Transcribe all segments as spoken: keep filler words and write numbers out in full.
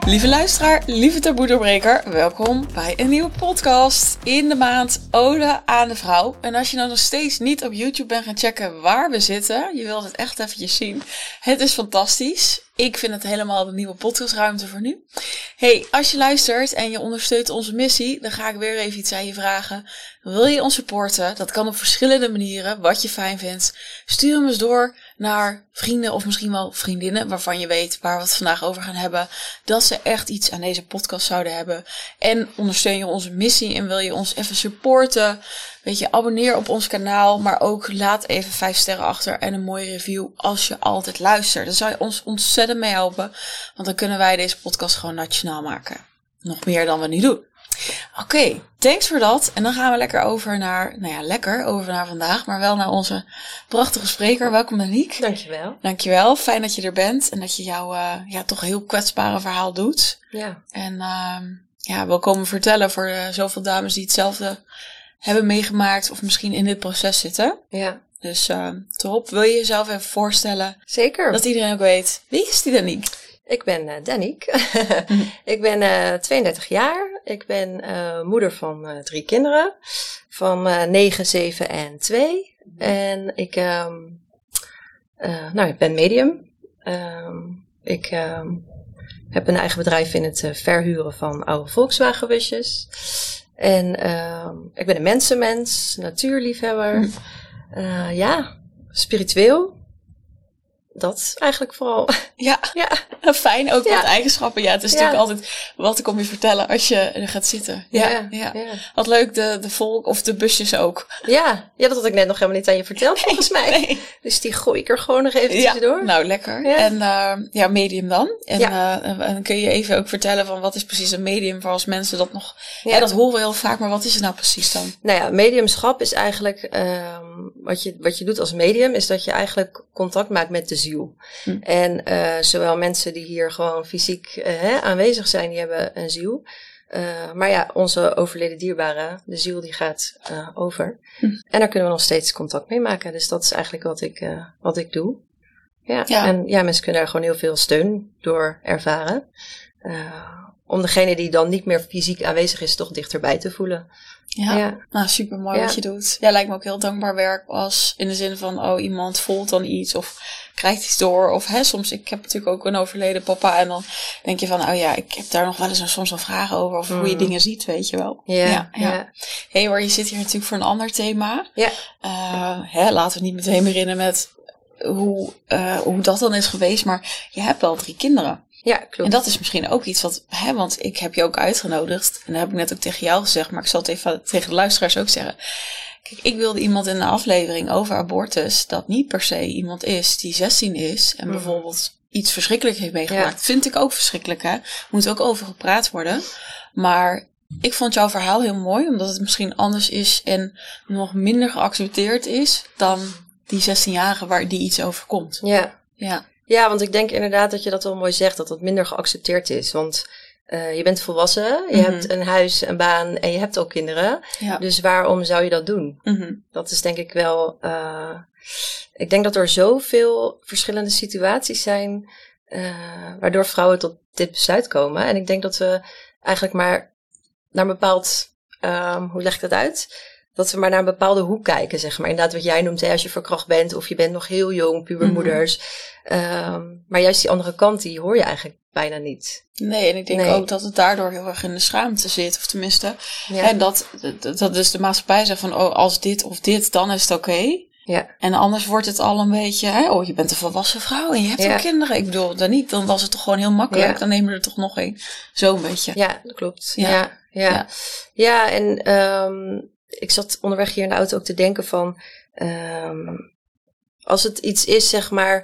Lieve luisteraar, lieve taboedoorbreker, welkom bij een nieuwe podcast in de maand Ode aan de Vrouw. En als je nou nog steeds niet op YouTube bent gaan checken waar we zitten, je wilt het echt eventjes zien. Het is fantastisch. Ik vind het helemaal de nieuwe podcastruimte voor nu. Hey, als je luistert en je ondersteunt onze missie, dan ga ik weer even iets aan je vragen. Wil je ons supporten? Dat kan op verschillende manieren, wat je fijn vindt. Stuur hem eens door naar vrienden of misschien wel vriendinnen waarvan je weet waar we het vandaag over gaan hebben. Dat ze echt iets aan deze podcast zouden hebben. En ondersteun je onze missie en wil je ons even supporten? Weet je, abonneer op ons kanaal, maar ook laat even vijf sterren achter en een mooie review als je altijd luistert. Daar zou je ons ontzettend mee helpen, want dan kunnen wij deze podcast gewoon nationaal maken. Nog meer dan we nu doen. Oké, okay, thanks voor dat. En dan gaan we lekker over naar, nou ja, lekker over naar vandaag, maar wel naar onze prachtige spreker. Welkom Danique. Dankjewel. Dankjewel, fijn dat je er bent en dat je jouw uh, ja, toch heel kwetsbare verhaal doet. Ja. En uh, ja, wil komen vertellen voor uh, zoveel dames die hetzelfde hebben meegemaakt of misschien in dit proces zitten. Ja. Dus uh, top. Wil je jezelf even voorstellen? Zeker. Dat iedereen ook weet. Wie is die Danique? Ik ben uh, Danique. mm. Ik ben uh, tweeëndertig jaar. Ik ben uh, moeder van uh, drie kinderen. Van uh, negen, zeven en twee. En ik, um, uh, nou, ik ben medium. Um, ik um, heb een eigen bedrijf in het uh, verhuren van oude Volkswagenbusjes. En uh, ik ben een mensenmens, natuurliefhebber. Mm. Uh, ja, spiritueel. Dat eigenlijk vooral. Ja, ja. Fijn. Ook ja. wat eigenschappen. Ja, het is ja. natuurlijk altijd, wat kom je vertellen als je er gaat zitten. Ja, ja. ja. ja. Wat leuk, de, de volk of de busjes ook. Ja. ja, dat had ik net nog helemaal niet aan je verteld nee, volgens mij. Nee. Dus die gooi ik er gewoon nog even ja. tussendoor. Nou, lekker. Ja. En uh, ja, medium dan. En, ja. uh, en kun je even ook vertellen van wat is precies een medium voor als mensen dat nog... Ja. Ja, dat horen we heel vaak, maar wat is het nou precies dan? Nou ja, mediumschap is eigenlijk, um, wat je, wat je doet als medium, is dat je eigenlijk contact maakt met de ziel. Hm. En uh, zowel mensen die hier gewoon fysiek uh, hè, aanwezig zijn, die hebben een ziel. Uh, maar ja, onze overleden dierbare, de ziel, die gaat uh, over. Hm. En daar kunnen we nog steeds contact mee maken. Dus dat is eigenlijk wat ik, uh, wat ik doe. Ja. ja. En ja, mensen kunnen daar gewoon heel veel steun door ervaren. Uh, om degene die dan niet meer fysiek aanwezig is, toch dichterbij te voelen. Ja, ja. Nou super mooi ja. wat je doet. Ja, lijkt me ook heel dankbaar werk als in de zin van, oh, iemand voelt dan iets of krijgt iets door. Of hè, soms, ik heb natuurlijk ook een overleden papa en dan denk je van, oh ja, ik heb daar nog wel eens een, soms wel vragen over of mm. hoe je dingen ziet, weet je wel. Ja, ja. ja. Hé, hey, hoor, je zit hier natuurlijk voor een ander thema. Ja. Uh, hè, laten we niet meteen beginnen met hoe, uh, hoe dat dan is geweest, maar je hebt wel drie kinderen. Ja, klopt. En dat is misschien ook iets wat, hè, want ik heb je ook uitgenodigd. En dat heb ik net ook tegen jou gezegd, maar ik zal het even tegen de luisteraars ook zeggen. Kijk, ik wilde iemand in een aflevering over abortus, dat niet per se iemand is die zestien is en mm. bijvoorbeeld iets verschrikkelijks heeft meegemaakt. Ja. Vind ik ook verschrikkelijk, hè. Moet ook over gepraat worden. Maar ik vond jouw verhaal heel mooi, omdat het misschien anders is en nog minder geaccepteerd is dan die zestienjarige waar die iets overkomt. Ja. Ja. Ja, want ik denk inderdaad dat je dat wel mooi zegt, dat dat minder geaccepteerd is. Want uh, je bent volwassen, je mm-hmm. hebt een huis, een baan en je hebt ook kinderen. Ja. Dus waarom zou je dat doen? Mm-hmm. Dat is denk ik wel... Uh, ik denk dat er zoveel verschillende situaties zijn uh, waardoor vrouwen tot dit besluit komen. En ik denk dat we eigenlijk maar naar een bepaald... Um, hoe leg ik dat uit? Dat we maar naar een bepaalde hoek kijken, zeg maar. Inderdaad, wat jij noemt, hè, als je verkracht bent of je bent nog heel jong, pubermoeders. Mm-hmm. Um, maar juist die andere kant, die hoor je eigenlijk bijna niet. Nee, en ik denk nee. ook dat het daardoor heel erg in de schaamte zit. Of tenminste, ja. en dat, dat, dat dus de maatschappij zegt van, oh, als dit of dit, dan is het oké. Okay. Ja. En anders wordt het al een beetje, hè, oh, je bent een volwassen vrouw en je hebt ja. ook kinderen. Ik bedoel, dan niet, dan was het toch gewoon heel makkelijk. Ja. Dan nemen we er toch nog een. Zo'n beetje. Ja, dat klopt. Ja, ja, ja. ja. ja en... Um, ik zat onderweg hier in de auto ook te denken van... Um, als het iets is, zeg maar...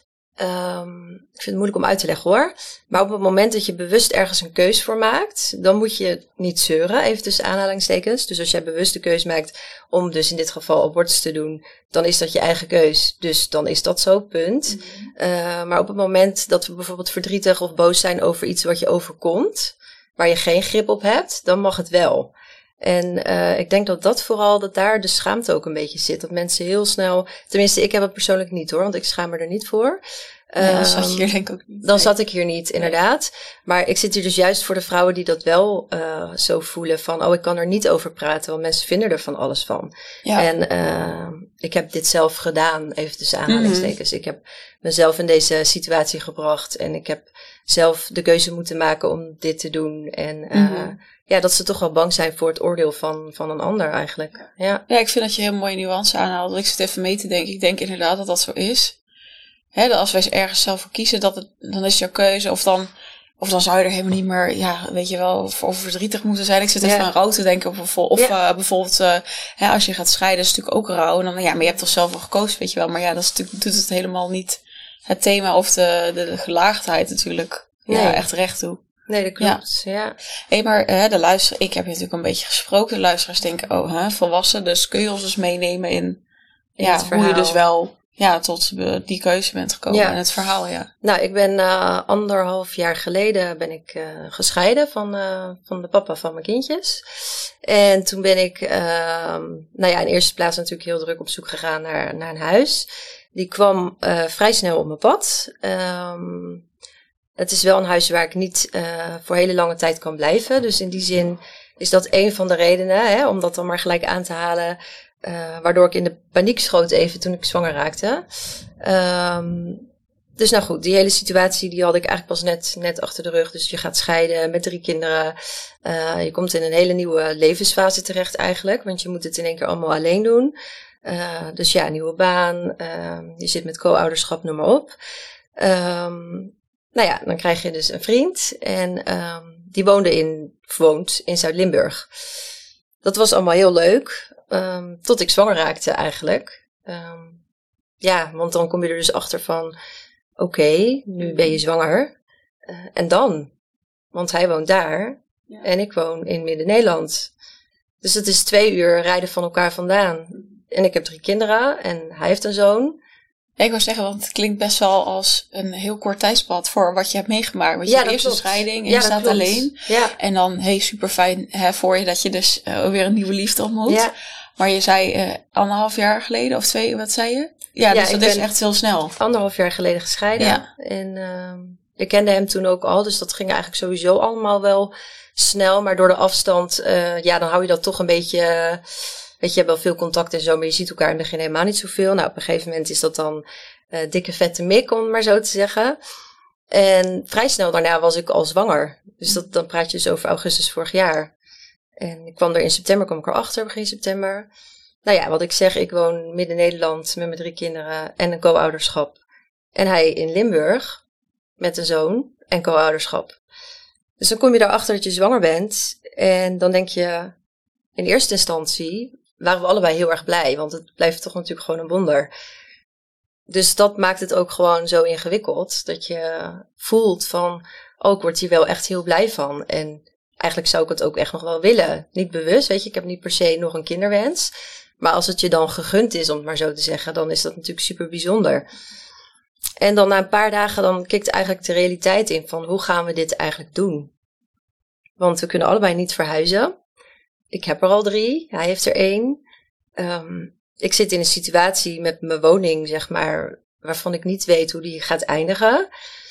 Um, ik vind het moeilijk om uit te leggen hoor. Maar op het moment dat je bewust ergens een keus voor maakt... dan moet je niet zeuren, even tussen aanhalingstekens. Dus als jij bewust de keus maakt om dus in dit geval abortus te doen... dan is dat je eigen keus. Dus dan is dat zo, punt. Mm-hmm. Uh, maar op het moment dat we bijvoorbeeld verdrietig of boos zijn over iets wat je overkomt... waar je geen grip op hebt, dan mag het wel... En uh, ik denk dat dat vooral, dat daar de schaamte ook een beetje zit. Dat mensen heel snel, tenminste ik heb het persoonlijk niet hoor, want ik schaam me er niet voor. Ja, dan zat je hier denk ik ook niet. Dan nee. zat ik hier niet, inderdaad. Nee. Maar ik zit hier dus juist voor de vrouwen die dat wel uh, zo voelen. Van, oh, ik kan er niet over praten, want mensen vinden er van alles van. Ja. En uh, ik heb dit zelf gedaan, even tussen aanhalingstekens. Mm-hmm. Ik heb mezelf in deze situatie gebracht. En ik heb zelf de keuze moeten maken om dit te doen. En uh, mm-hmm. ja, dat ze toch wel bang zijn voor het oordeel van, van een ander eigenlijk. Ja. ja, ik vind dat je heel mooie nuance aanhaalt. Ik zit even mee te denken. Ik denk inderdaad dat dat zo is. Hè, dat als wij ergens zelf voor kiezen, dat het, dan is het jouw keuze. Of dan, of dan zou je er helemaal niet meer, ja, weet je wel, over verdrietig moeten zijn. Ik zit even ja. aan rouw te denken. Of, of ja. uh, bijvoorbeeld, uh, hè, als je gaat scheiden, is het natuurlijk ook rouw. En dan, ja, maar je hebt toch zelf wel gekozen, weet je wel. Maar ja, dat is natuurlijk, doet het helemaal niet het thema of de, de, de gelaagdheid natuurlijk nee. ja, echt recht toe. Nee, dat klopt, ja. ja. Hey, maar hè, de luister, ik heb je natuurlijk een beetje gesproken. De luisteraars denken, oh, hè, volwassen. Dus kun je ons dus meenemen in, in ja, hoe je dus wel... Ja, tot die keuze bent gekomen ja. en het verhaal, ja. Nou, ik ben uh, anderhalf jaar geleden ben ik uh, gescheiden van, uh, van de papa van mijn kindjes. En toen ben ik, uh, nou ja, in eerste plaats natuurlijk heel druk op zoek gegaan naar, naar een huis. Die kwam uh, vrij snel op mijn pad. Um, het is wel een huis waar ik niet uh, voor hele lange tijd kan blijven. Dus in die zin is dat een van de redenen, hè, om dat dan maar gelijk aan te halen... Uh, waardoor ik in de paniek schoot even toen ik zwanger raakte. Um, dus nou goed, die hele situatie die had ik eigenlijk pas net, net achter de rug. Dus je gaat scheiden met drie kinderen. Uh, je komt in een hele nieuwe levensfase terecht eigenlijk. Want je moet het in één keer allemaal alleen doen. Uh, dus ja, nieuwe baan. Uh, je zit met co-ouderschap, noem maar op. Um, nou ja, dan krijg je dus een vriend. En um, die woonde in, woont in Zuid-Limburg. Dat was allemaal heel leuk. Um, tot ik zwanger raakte eigenlijk. Um, ja, want dan kom je er dus achter van... Oké, okay, nu ben je zwanger. Uh, en dan? Want hij woont daar. Ja. En ik woon in Midden-Nederland. Dus het is twee uur rijden van elkaar vandaan. En ik heb drie kinderen. En hij heeft een zoon. Ik wou zeggen, want het klinkt best wel als een heel kort tijdspad voor wat je hebt meegemaakt. Want je ja, hebt eerst een scheiding en ja, je staat klopt. alleen. Ja. En dan, hey, super fijn hè, voor je dat je dus uh, weer een nieuwe liefde ontmoet. Ja. Maar je zei uh, anderhalf jaar geleden of twee, wat zei je? Ja, ja dus dat is echt heel snel. Anderhalf jaar geleden gescheiden. Ja. En uh, ik kende hem toen ook al, dus dat ging eigenlijk sowieso allemaal wel snel. Maar door de afstand, uh, ja, dan hou je dat toch een beetje... Uh, weet je, je hebt wel veel contact en zo, maar je ziet elkaar in het begin helemaal niet zoveel. Nou, op een gegeven moment is dat dan uh, dikke vette mik, om het maar zo te zeggen. En vrij snel daarna was ik al zwanger. Dus dat, dan praat je dus over augustus vorig jaar. En ik kwam er in september, kwam ik erachter, begin september. Nou ja, wat ik zeg, ik woon Midden-Nederland met mijn drie kinderen en een co-ouderschap. En hij in Limburg met een zoon en co-ouderschap. Dus dan kom je erachter dat je zwanger bent. En dan denk je, in eerste instantie waren we allebei heel erg blij. Want het blijft toch natuurlijk gewoon een wonder. Dus dat maakt het ook gewoon zo ingewikkeld. Dat je voelt van, oh, ik word hier wel echt heel blij van. En eigenlijk zou ik het ook echt nog wel willen. Niet bewust, weet je, ik heb niet per se nog een kinderwens. Maar als het je dan gegund is, om het maar zo te zeggen, dan is dat natuurlijk super bijzonder. En dan na een paar dagen, dan kikt eigenlijk de realiteit in van, hoe gaan we dit eigenlijk doen? Want we kunnen allebei niet verhuizen. Ik heb er al drie, hij heeft er één. Um, ik zit in een situatie met mijn woning, zeg maar, waarvan ik niet weet hoe die gaat eindigen.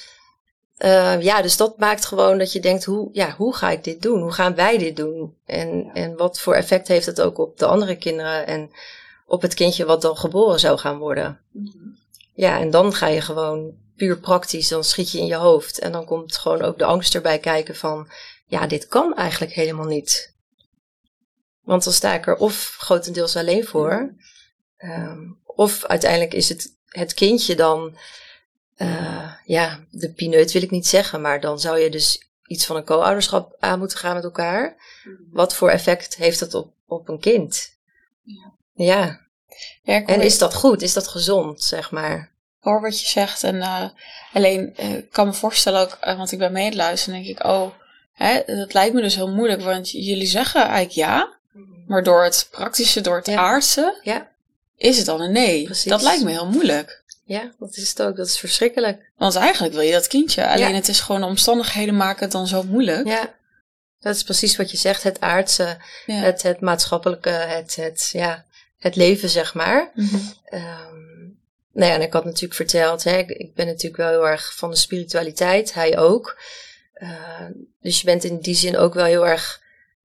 Uh, ja, dus dat maakt gewoon dat je denkt, hoe, ja, hoe ga ik dit doen? Hoe gaan wij dit doen? En, en wat voor effect heeft het ook op de andere kinderen en op het kindje wat dan geboren zou gaan worden? Mm-hmm. Ja, en dan ga je gewoon puur praktisch, dan schiet je in je hoofd. En dan komt gewoon ook de angst erbij kijken van, ja, dit kan eigenlijk helemaal niet. Want dan sta ik er of grotendeels alleen voor. Um, of uiteindelijk is het het kindje dan... Uh, ja, de pineut wil ik niet zeggen. Maar dan zou je dus iets van een co-ouderschap aan moeten gaan met elkaar. Wat voor effect heeft dat op, op een kind? Ja. ja. ja en is dat goed? Is dat gezond, zeg maar? Ik hoor wat je zegt. En uh, alleen, uh, ik kan me voorstellen ook... Uh, want ik ben mee aan het luisteren en denk ik... Oh, hè, dat lijkt me dus heel moeilijk. Want jullie zeggen eigenlijk ja... Maar door het praktische, door het ja. aardse, ja. is het dan een nee. Precies. Dat lijkt me heel moeilijk. Ja, dat is het ook. Dat is verschrikkelijk. Want eigenlijk wil je dat kindje. Alleen ja. het is gewoon de omstandigheden maken het dan zo moeilijk. Ja, dat is precies wat je zegt. Het aardse, ja. het, het maatschappelijke, het, het, ja, het leven, zeg maar. Mm-hmm. Um, nou ja, en ik had natuurlijk verteld, hè, ik, ik ben natuurlijk wel heel erg van de spiritualiteit, hij ook. Uh, dus je bent in die zin ook wel heel erg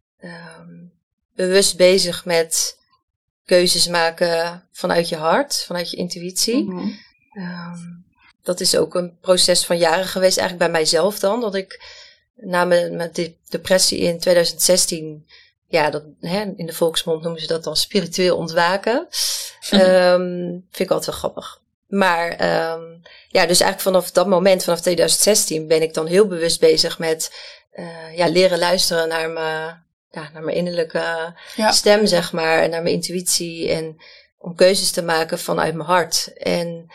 um, bewust bezig met keuzes maken vanuit je hart, vanuit je intuïtie. Mm-hmm. Um, dat is ook een proces van jaren geweest, eigenlijk bij mijzelf dan, dat ik na mijn, mijn de- depressie in twintig zestien, ja, dat, hè, in de volksmond noemen ze dat dan spiritueel ontwaken. um, vind ik altijd wel grappig. Maar um, ja, dus eigenlijk vanaf dat moment, vanaf twintig zestien, ben ik dan heel bewust bezig met uh, ja, leren luisteren naar mijn, ja, naar mijn innerlijke ja. stem, zeg maar, en naar mijn intuïtie en om keuzes te maken vanuit mijn hart. En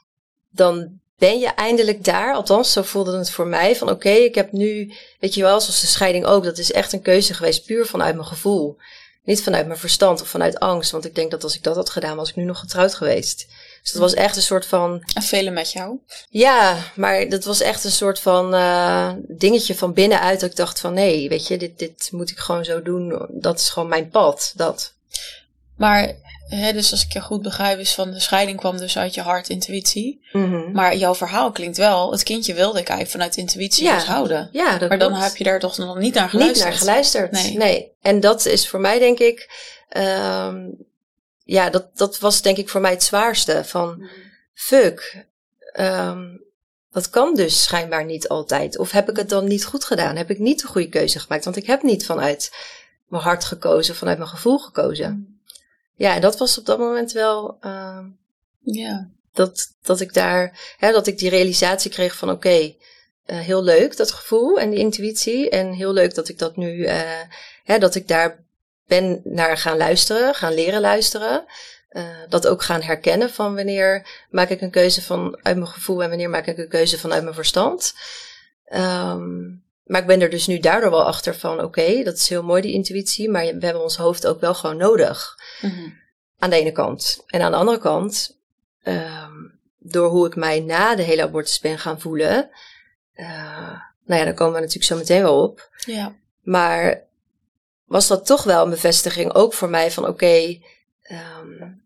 dan ben je eindelijk daar, althans zo voelde het voor mij, van oké, okay, ik heb nu, weet je wel, zoals de scheiding ook, dat is echt een keuze geweest, puur vanuit mijn gevoel. Niet vanuit mijn verstand of vanuit angst, want ik denk dat als ik dat had gedaan, was ik nu nog getrouwd geweest. Dus dat was echt een soort van... En velen met jou? Ja, maar dat was echt een soort van uh, dingetje van binnenuit, dat ik dacht van nee, weet je, dit, dit moet ik gewoon zo doen, dat is gewoon mijn pad, dat. Maar, hè, dus als ik je goed begrijp, is van de scheiding kwam dus uit je hart, intuïtie. Mm-hmm. Maar jouw verhaal klinkt wel, het kindje wilde ik eigenlijk vanuit intuïtie ja. dus houden. Ja, dat maar dan klopt. heb je daar toch nog niet naar geluisterd? Niet naar geluisterd, nee. nee. En dat is voor mij denk ik, um, ja, dat, dat was denk ik voor mij het zwaarste. Van, mm. fuck, um, dat kan dus schijnbaar niet altijd. Of heb ik het dan niet goed gedaan? Heb ik niet de goede keuze gemaakt? Want ik heb niet vanuit mijn hart gekozen, vanuit mijn gevoel gekozen. Mm. Ja, en dat was op dat moment wel, uh, yeah. dat, dat ik daar, hè, dat ik die realisatie kreeg van oké, okay, uh, heel leuk dat gevoel en die intuïtie. En heel leuk dat ik dat nu, uh, hè, dat ik daar ben naar gaan luisteren, gaan leren luisteren. Uh, dat ook gaan herkennen van wanneer maak ik een keuze vanuit mijn gevoel en wanneer maak ik een keuze vanuit mijn verstand. Um, maar ik ben er dus nu daardoor wel achter van oké, okay, dat is heel mooi die intuïtie, maar we hebben ons hoofd ook wel gewoon nodig. Mm-hmm. Aan de ene kant. En aan de andere kant, um, door hoe ik mij na de hele abortus ben gaan voelen, uh, nou ja, daar komen we natuurlijk zo meteen wel op. Ja. Maar was dat toch wel een bevestiging ook voor mij van oké, okay, um,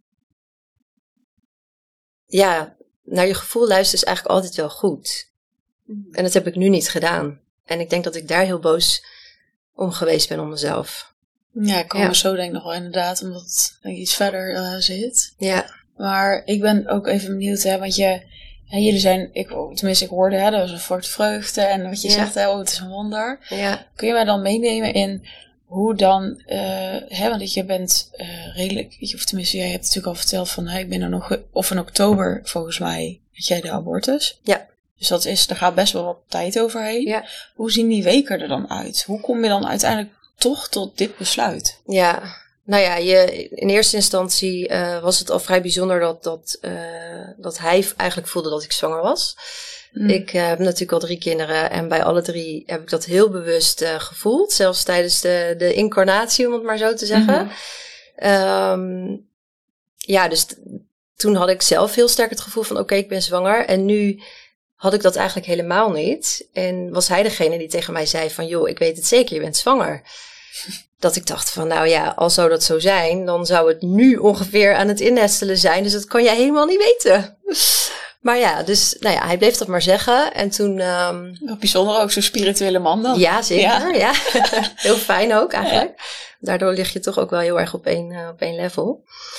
ja, naar je gevoel luisteren is eigenlijk altijd wel goed. En dat heb ik nu niet gedaan. En ik denk dat ik daar heel boos om geweest ben om mezelf. Ja, ik kom ja. er zo denk ik nog wel inderdaad, omdat het denk ik, iets verder uh, zit. Ja. Maar ik ben ook even benieuwd, hè, want je, hè, jullie zijn, ik, tenminste ik hoorde, hè, dat was een soort vreugde en wat je ja. zegt, hè, oh, het is een wonder. Ja. Kun je mij dan meenemen in hoe dan, uh, hè, want je bent uh, redelijk, of tenminste jij hebt natuurlijk al verteld van, hè, ik ben er nog, of in oktober volgens mij, had jij de abortus. Ja. Dus dat is, er gaat best wel wat tijd overheen. Ja. Hoe zien die weken er dan uit? Hoe kom je dan uiteindelijk toch tot dit besluit? Ja, nou ja, je, in eerste instantie uh, was het al vrij bijzonder dat, dat, uh, dat hij eigenlijk voelde dat ik zwanger was. Mm. Ik uh, heb natuurlijk al drie kinderen en bij alle drie heb ik dat heel bewust uh, gevoeld. Zelfs tijdens de, de incarnatie, om het maar zo te zeggen. Mm-hmm. Um, ja, dus t- toen had ik zelf heel sterk het gevoel van oké, okay, ik ben zwanger. En nu had ik dat eigenlijk helemaal niet. En was hij degene die tegen mij zei van joh, ik weet het zeker, je bent zwanger. Dat ik dacht van nou ja, al zou dat zo zijn, dan zou het nu ongeveer aan het innestelen zijn. Dus dat kan jij helemaal niet weten. Maar ja, dus nou ja, hij bleef dat maar zeggen. En toen... Um, Wat bijzonder ook, zo'n spirituele man dan. Ja, zeker. Ja. Ja. Heel fijn ook eigenlijk. Ja. Daardoor lig je toch ook wel heel erg op één, uh, op één level.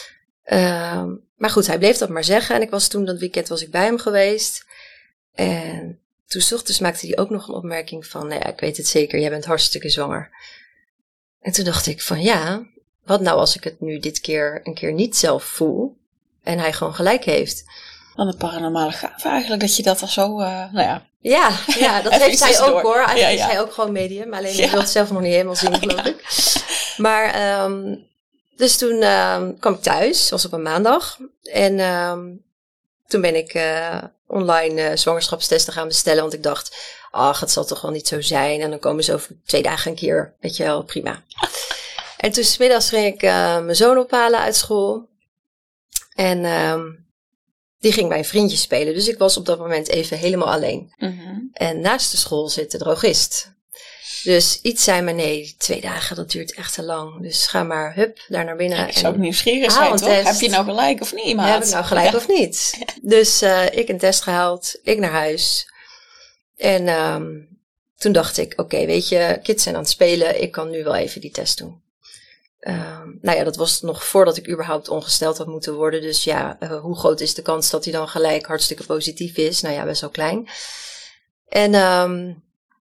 Um, maar goed, hij bleef dat maar zeggen. En ik was toen, dat weekend was ik bij hem geweest. En toen 's ochtends maakte hij ook nog een opmerking van, nou ja, ik weet het zeker, jij bent hartstikke zwanger. En toen dacht ik van ja, wat nou als ik het nu dit keer een keer niet zelf voel en hij gewoon gelijk heeft. Wat een paranormale gave eigenlijk, dat je dat al zo, uh, nou ja. Ja, ja dat heeft hij ook door. hoor. Eigenlijk ja, ja. is hij ook gewoon medium, alleen ja. ik wil het zelf nog niet helemaal zien, geloof ja. ik. Maar, um, dus toen um, kwam ik thuis, was op een maandag. En um, toen ben ik uh, online uh, zwangerschapstesten gaan bestellen, want ik dacht, ach, het zal toch wel niet zo zijn. En dan komen ze over twee dagen een keer, weet je wel, prima. En toen 's middags ging ik uh, mijn zoon ophalen uit school. En um, die ging bij een vriendje spelen. Dus ik was op dat moment even helemaal alleen. Mm-hmm. En naast de school zit de drogist. Dus iets zei me, nee, twee dagen, dat duurt echt te lang. Dus ga maar, hup, daar naar binnen. Ja, ik zou ook nieuwsgierig zijn, toch? Heb je nou gelijk of niet, maat? Heb ik nou gelijk ja. of niet? Ja. Dus uh, ik een test gehaald, ik naar huis. En um, toen dacht ik, oké, okay, weet je, kids zijn aan het spelen. Ik kan nu wel even die test doen. Um, nou ja, dat was nog voordat ik überhaupt ongesteld had moeten worden. Dus ja, uh, hoe groot is de kans dat hij dan gelijk hartstikke positief is? Nou ja, best wel klein. En um,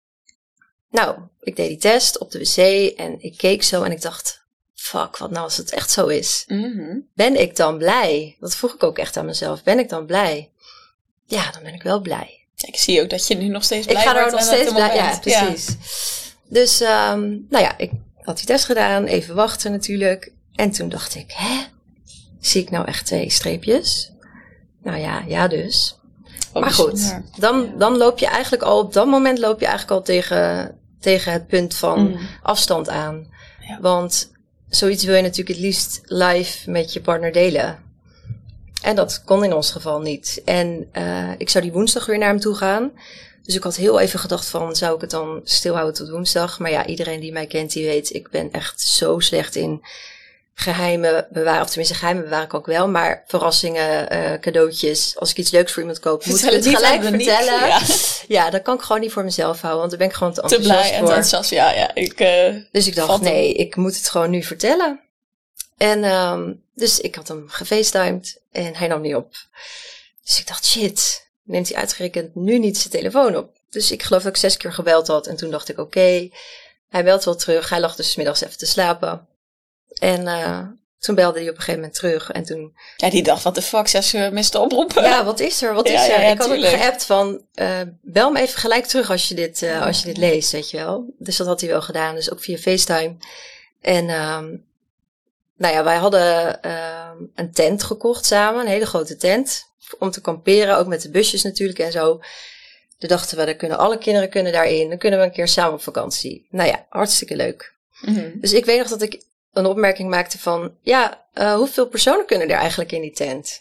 nou, ik deed die test op de wc en ik keek zo en ik dacht, fuck, wat nou als het echt zo is? Mm-hmm. Ben ik dan blij? Dat vroeg ik ook echt aan mezelf. Ben ik dan blij? Ja, dan ben ik wel blij. Ik zie ook dat je nu nog steeds blij ik ga wordt. Ik ga er nog steeds blij, ja, precies. Ja. Dus, um, nou ja, ik had die test gedaan, even wachten natuurlijk. En toen dacht ik, hè? Zie ik nou echt twee streepjes? Nou ja, ja dus. Oh, maar goed, dan, ja. dan loop je eigenlijk al, op dat moment loop je eigenlijk al tegen, tegen het punt van mm. afstand aan. Ja. Want zoiets wil je natuurlijk het liefst live met je partner delen. En dat kon in ons geval niet. En uh, ik zou die woensdag weer naar hem toe gaan. Dus ik had heel even gedacht van, zou ik het dan stilhouden tot woensdag? Maar ja, iedereen die mij kent, die weet, ik ben echt zo slecht in geheimen bewaren. Of tenminste, geheimen bewaar ik ook wel. Maar verrassingen, uh, cadeautjes. Als ik iets leuks voor iemand koop, moet ik het gelijk vertellen. Ja. ja, dat kan ik gewoon niet voor mezelf houden. Want daar ben ik gewoon te enthousiast te blij voor. en enthousiast, ja. ja ik, uh, dus ik dacht, nee, ik moet het gewoon nu vertellen. En um, dus ik had hem gefacetimed en hij nam niet op. Dus ik dacht, shit, neemt hij uitgerekend nu niet zijn telefoon op. Dus ik geloof dat ik zes keer gebeld had. En toen dacht ik, oké, okay, hij belt wel terug. Hij lag dus 's middags even te slapen. En uh, toen belde hij op een gegeven moment terug. En toen... Ja, die dacht, wat de fuck, zes uh, miste oproepen. Ja, wat is er, wat ja, is er? Ja, ja, ik had ook geappt van, uh, bel me even gelijk terug als je dit, uh, als je dit leest, weet je wel. Dus dat had hij wel gedaan, dus ook via FaceTime. En... Um, Nou ja, wij hadden uh, een tent gekocht samen, een hele grote tent, om te kamperen, ook met de busjes natuurlijk en zo. Toen dachten we, dan kunnen alle kinderen kunnen daarin, dan kunnen we een keer samen op vakantie. Nou ja, hartstikke leuk. Mm-hmm. Dus ik weet nog dat ik een opmerking maakte van, ja, uh, hoeveel personen kunnen er eigenlijk in die tent?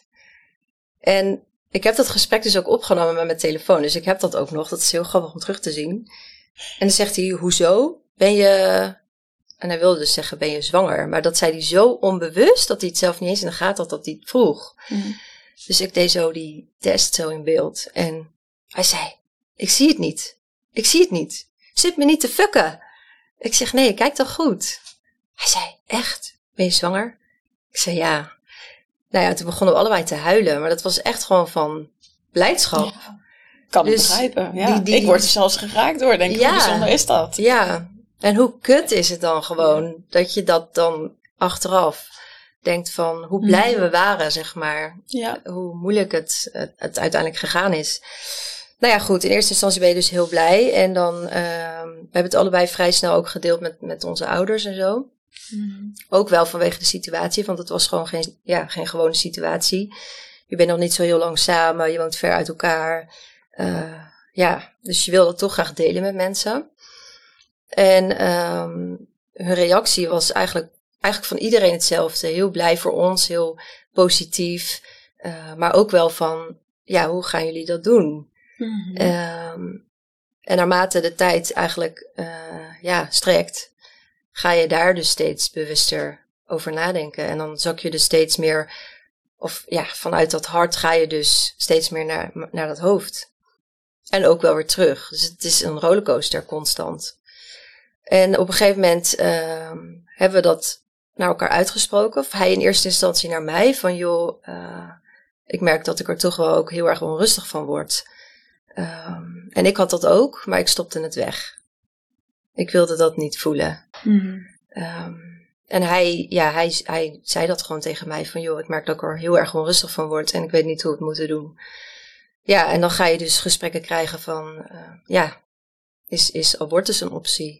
En ik heb dat gesprek dus ook opgenomen met mijn telefoon, dus ik heb dat ook nog, dat is heel grappig om terug te zien. En dan zegt hij, hoezo? Ben je... En hij wilde dus zeggen, ben je zwanger? Maar dat zei hij zo onbewust, dat hij het zelf niet eens in de gaten had dat hij het vroeg. Mm. Dus ik deed zo die test zo in beeld. En hij zei, ik zie het niet. Ik zie het niet. Zit me niet te fucken. Ik zeg, nee, kijk dan goed. Hij zei, echt? Ben je zwanger? Ik zei, ja. Nou ja, toen begonnen we allebei te huilen. Maar dat was echt gewoon van blijdschap. Ja, kan dus ik begrijpen. Ja. Die, die, ik word er zelfs geraakt door. Denk ik, ja, hoe bijzonder is dat? Ja. En hoe kut is het dan gewoon, ja. dat je dat dan achteraf denkt van hoe blij we waren, zeg maar. Ja. Hoe moeilijk het, het, het uiteindelijk gegaan is. Nou ja, goed, in eerste instantie ben je dus heel blij. En dan, uh, we hebben het allebei vrij snel ook gedeeld met, met onze ouders en zo. Mm. Ook wel vanwege de situatie, want het was gewoon geen, ja, geen gewone situatie. Je bent nog niet zo heel lang samen, je woont ver uit elkaar. Uh, ja, dus je wil dat toch graag delen met mensen. En um, hun reactie was eigenlijk, eigenlijk van iedereen hetzelfde. Heel blij voor ons, heel positief. Uh, maar ook wel van, ja, hoe gaan jullie dat doen? Mm-hmm. Um, en naarmate de tijd eigenlijk uh, ja, strekt, ga je daar dus steeds bewuster over nadenken. En dan zak je dus steeds meer, of ja, vanuit dat hart ga je dus steeds meer naar, naar dat hoofd. En ook wel weer terug. Dus het is een rollercoaster constant. En op een gegeven moment uh, hebben we dat naar elkaar uitgesproken. Of hij in eerste instantie naar mij. Van joh, uh, ik merk dat ik er toch wel ook heel erg onrustig van word. Um, en ik had dat ook, maar ik stopte het weg. Ik wilde dat niet voelen. Mm-hmm. Um, en hij, ja, hij, hij zei dat gewoon tegen mij. Van joh, ik merk dat ik er heel erg onrustig van word. En ik weet niet hoe ik het moet doen. Ja, en dan ga je dus gesprekken krijgen van, uh, ja, is, is abortus een optie?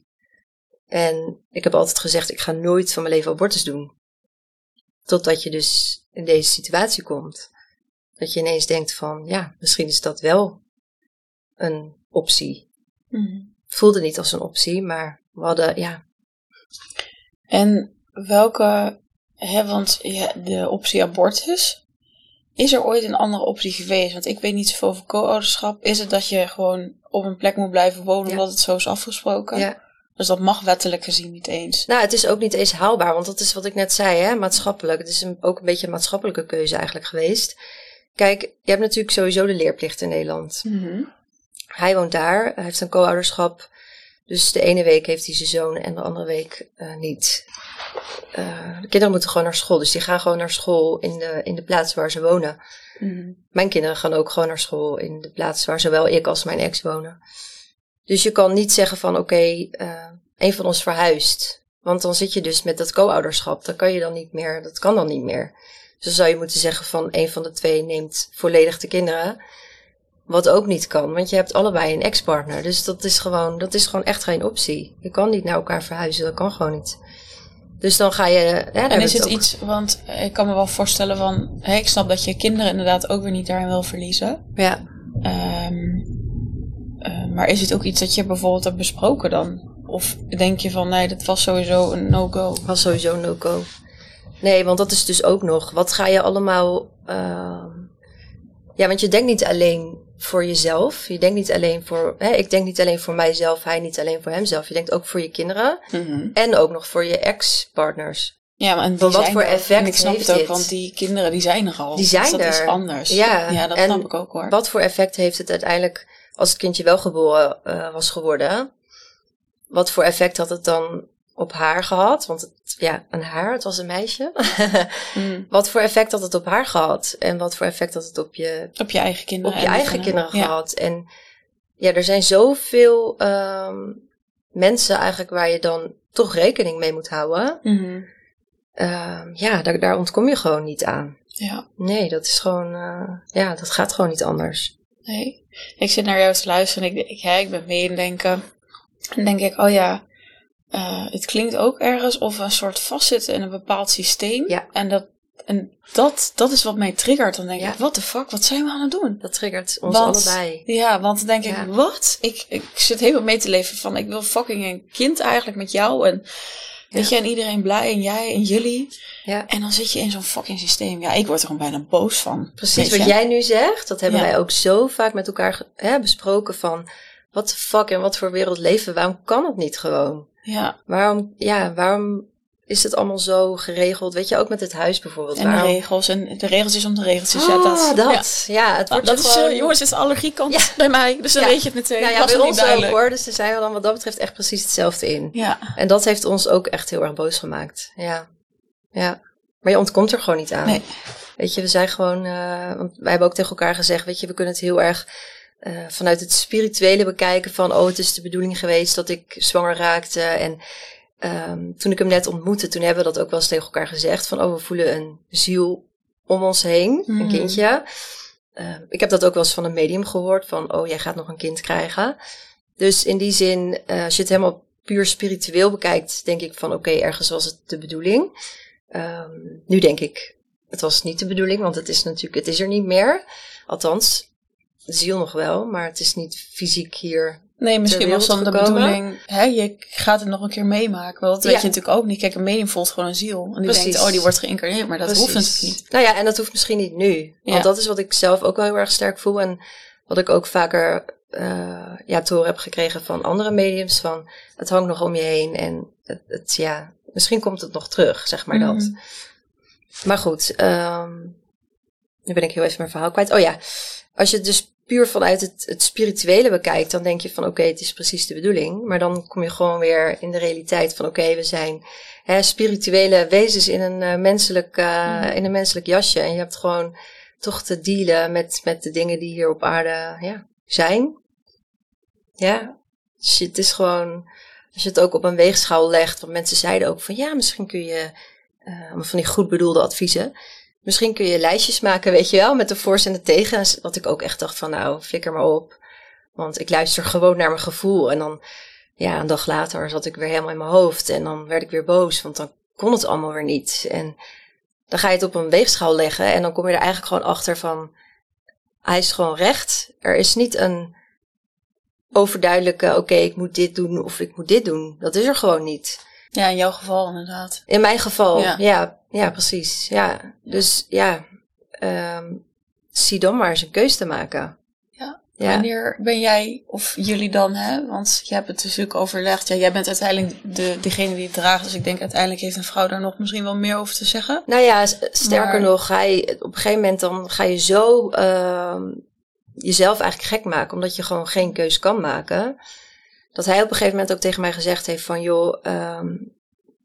En ik heb altijd gezegd, ik ga nooit van mijn leven abortus doen. Totdat je dus in deze situatie komt. Dat je ineens denkt van, ja, misschien is dat wel een optie. Mm. Het voelde niet als een optie, maar we hadden, ja. En welke, hè, want ja, de optie abortus, is er ooit een andere optie geweest? Want ik weet niet zoveel over co-ouderschap. Is het dat je gewoon op een plek moet blijven wonen, ja, omdat het zo is afgesproken? Ja. Dus dat mag wettelijk gezien niet eens. Nou, het is ook niet eens haalbaar, want dat is wat ik net zei, hè, maatschappelijk. Het is een, ook een beetje een maatschappelijke keuze eigenlijk geweest. Kijk, je hebt natuurlijk sowieso de leerplicht in Nederland. Mm-hmm. Hij woont daar, hij heeft een co-ouderschap. Dus de ene week heeft hij zijn zoon en de andere week uh, niet. Uh, de kinderen moeten gewoon naar school, dus die gaan gewoon naar school in de, in de plaats waar ze wonen. Mm-hmm. Mijn kinderen gaan ook gewoon naar school in de plaats waar zowel ik als mijn ex wonen. Dus je kan niet zeggen van oké, okay, uh, een van ons verhuist. Want dan zit je dus met dat co-ouderschap. Dat kan je dan niet meer, dat kan dan niet meer. Dus dan zou je moeten zeggen van een van de twee neemt volledig de kinderen. Wat ook niet kan, want je hebt allebei een ex-partner. Dus dat is gewoon, dat is gewoon echt geen optie. Je kan niet naar elkaar verhuizen, dat kan gewoon niet. Dus dan ga je... Ja, en is het, het iets, want ik kan me wel voorstellen van... Hey, ik snap dat je kinderen inderdaad ook weer niet daarin wil verliezen. Ja. Um, uh, maar is het ook iets dat je bijvoorbeeld hebt besproken dan? Of denk je van nee, dat was sowieso een no-go? Was sowieso een no-go. Nee, want dat is dus ook nog. Wat ga je allemaal... Uh... Ja, want je denkt niet alleen voor jezelf. Je denkt niet alleen voor... Hè, ik denk niet alleen voor mijzelf, hij niet alleen voor hemzelf. Je denkt ook voor je kinderen. Mm-hmm. En ook nog voor je ex-partners. Ja, maar en die wat voor effect en ik snap heeft het ook, dit? Want die kinderen die zijn er al. Die zijn dus dat er. is anders. Ja, ja dat en snap ik ook hoor. Wat voor effect heeft het uiteindelijk als het kindje wel geboren uh, was geworden? Wat voor effect had het dan op haar gehad? Want het, ja, een haar, het was een meisje. mm. Wat voor effect had het op haar gehad? En wat voor effect had het op je... Op je eigen kinderen. Op je eigen kinderen, kinderen gehad. Ja. En ja, er zijn zoveel um, mensen eigenlijk waar je dan toch rekening mee moet houden. Mm-hmm. Um, ja, daar, daar ontkom je gewoon niet aan. Ja. Nee, dat is gewoon... Uh, ja, dat gaat gewoon niet anders. Nee. Ik zit naar jou te luisteren en ik, ik, ja, ik ben mee in denken. En denk ik, oh ja... Uh, het klinkt ook ergens of we een soort vastzitten in een bepaald systeem. Ja. En, dat, en dat, dat is wat mij triggert. Dan denk ja. ik, what the fuck, wat zijn we aan het doen? Dat triggert ons want, allebei. Ja, want dan denk ja. ik, wat? Ik, ik zit helemaal mee te leven van, ik wil fucking een kind eigenlijk met jou. En ja. weet je, en iedereen blij en jij en jullie. Ja. En dan zit je in zo'n fucking systeem. Ja, ik word er gewoon bijna boos van. Precies wat jij nu zegt, dat hebben ja. wij ook zo vaak met elkaar hè, besproken van... What the fuck, en wat voor wereld leven? Waarom kan het niet gewoon? Ja. Waarom, ja, waarom is het allemaal zo geregeld? Weet je, ook met het huis bijvoorbeeld. En waarom... de regels. En de regels is om de regels. Dus oh, ja, dat. dat. Ja, ja het wordt dat gewoon... is, uh, jongens, het is de allergiekant ja. bij mij. Dus dan ja. weet je het meteen. Nou ja, bij ons ook hoor. Dus er zijn we dan wat dat betreft echt precies hetzelfde in. Ja. En dat heeft ons ook echt heel erg boos gemaakt. Ja. Ja. Maar je ontkomt er gewoon niet aan. Nee. Weet je, we zijn gewoon... Uh, want wij hebben ook tegen elkaar gezegd, weet je, we kunnen het heel erg... Uh, vanuit het spirituele bekijken van... oh, het is de bedoeling geweest dat ik zwanger raakte. En um, toen ik hem net ontmoette... toen hebben we dat ook wel eens tegen elkaar gezegd... van oh, we voelen een ziel om ons heen. Mm. Een kindje. Uh, ik heb dat ook wel eens van een medium gehoord... van oh, jij gaat nog een kind krijgen. Dus in die zin... Uh, als je het helemaal puur spiritueel bekijkt... denk ik van oké, okay, ergens was het de bedoeling. Um, nu denk ik... het was niet de bedoeling... want het is natuurlijk... het is er niet meer. Althans... de ziel nog wel, maar het is niet fysiek hier. Nee, misschien was dan de bedoeling, hè, je gaat het nog een keer meemaken. Want dat weet ja. je natuurlijk ook niet. Kijk, een medium voelt gewoon een ziel. En die Precies. denkt, oh, die wordt geïncarneerd, maar dat Precies. hoeft natuurlijk niet. Nou ja, en dat hoeft misschien niet nu. Ja. Want dat is wat ik zelf ook wel heel erg sterk voel. En wat ik ook vaker uh, ja, te horen heb gekregen van andere mediums. Van, het hangt nog om je heen. En het, het ja, misschien komt het nog terug, zeg maar mm. dat. Maar goed, um, nu ben ik heel even mijn verhaal kwijt. Oh ja, als je het dus puur vanuit het, het spirituele bekijkt, dan denk je van oké, okay, het is precies de bedoeling. Maar dan kom je gewoon weer in de realiteit van oké, okay, we zijn hè, spirituele wezens in een, uh, menselijk, uh, mm. in een menselijk jasje. En je hebt gewoon toch te dealen met, met de dingen die hier op aarde ja, zijn. Ja, dus het is gewoon, als je het ook op een weegschaal legt, want mensen zeiden ook van ja, misschien kun je, uh, van die goed bedoelde adviezen, misschien kun je lijstjes maken, weet je wel, met de voor's en de tegens. Wat ik ook echt dacht van, nou, flikker maar op. Want ik luister gewoon naar mijn gevoel. En dan, ja, een dag later zat ik weer helemaal in mijn hoofd. En dan werd ik weer boos, want dan kon het allemaal weer niet. En dan ga je het op een weegschaal leggen. En dan kom je er eigenlijk gewoon achter van, hij is gewoon recht. Er is niet een overduidelijke, oké, okay, ik moet dit doen of ik moet dit doen. Dat is er gewoon niet. Ja, in jouw geval inderdaad. In mijn geval, ja. Ja, ja precies. Ja, dus ja, um, zie dan maar eens een keus te maken. Ja. Ja. Wanneer ben jij, of jullie dan, hè? Want je hebt het natuurlijk overlegd. Ja, jij bent uiteindelijk de, degene die het draagt. Dus ik denk uiteindelijk heeft een vrouw daar nog misschien wel meer over te zeggen. Nou ja, sterker maar... nog, ga je, op een gegeven moment dan ga je zo uh, jezelf eigenlijk gek maken. Omdat je gewoon geen keus kan maken. Dat hij op een gegeven moment ook tegen mij gezegd heeft van... joh, um,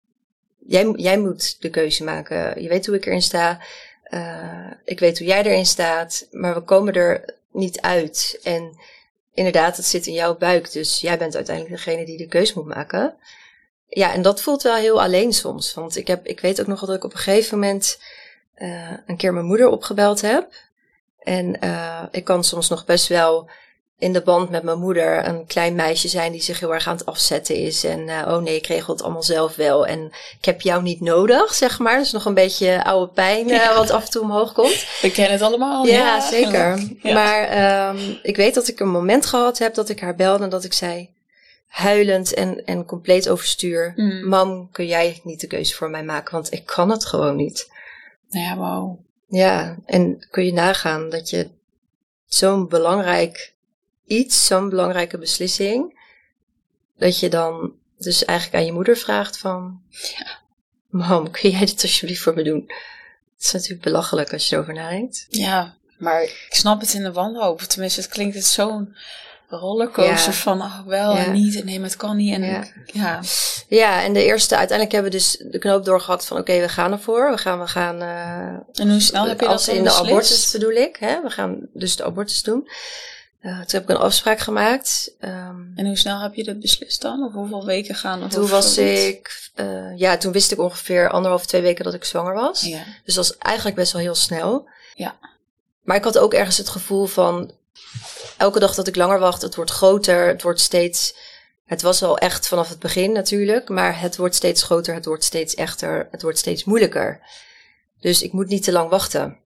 jij, jij moet de keuze maken. Je weet hoe ik erin sta. Uh, ik weet hoe jij erin staat. Maar we komen er niet uit. En inderdaad, het zit in jouw buik. Dus jij bent uiteindelijk degene die de keuze moet maken. Ja, en dat voelt wel heel alleen soms. Want ik, heb, ik weet ook nog dat ik op een gegeven moment uh, een keer mijn moeder opgebeld heb. En uh, ik kan soms nog best wel in de band met mijn moeder een klein meisje zijn die zich heel erg aan het afzetten is. En uh, oh nee, ik regel het allemaal zelf wel. En ik heb jou niet nodig, zeg maar. Dat is nog een beetje oude pijn uh, ja. wat af en toe omhoog komt. We kennen het allemaal. Ja, ja. zeker. Ja. Maar um, ik weet dat ik een moment gehad heb dat ik haar belde en dat ik zei... huilend en, en compleet overstuur. Mm. Mam, kun jij niet de keuze voor mij maken? Want ik kan het gewoon niet. Ja, wow. Ja, en kun je nagaan dat je zo'n belangrijk iets, zo'n belangrijke beslissing, dat je dan dus eigenlijk aan je moeder vraagt van... Ja. Mam, kun jij dit alsjeblieft voor me doen? Het is natuurlijk belachelijk als je erover nadenkt. Ja, maar ik snap het in de wanhoop. Tenminste, het klinkt het zo'n... rollercoaster ja. van oh, wel ja. en niet en nee, maar het kan niet. En ja. ja. ja, en de eerste, uiteindelijk hebben we dus de knoop doorgehakt van oké, okay, we gaan ervoor. We gaan, we gaan. Uh, en hoe snel heb je dat dan in beslist? de abortus bedoel ik. Hè? We gaan dus de abortus doen. Uh, toen heb ik een afspraak gemaakt. Um, en hoe snel heb je dat beslist dan? Of hoeveel weken gaan er? Toen was ik, uh, ja, toen wist ik ongeveer anderhalf, twee weken dat ik zwanger was. Ja. Dus dat was eigenlijk best wel heel snel. Ja. Maar ik had ook ergens het gevoel van... elke dag dat ik langer wacht, het wordt groter, het wordt steeds... Het was al echt vanaf het begin natuurlijk, maar het wordt steeds groter, het wordt steeds echter, het wordt steeds moeilijker. Dus ik moet niet te lang wachten.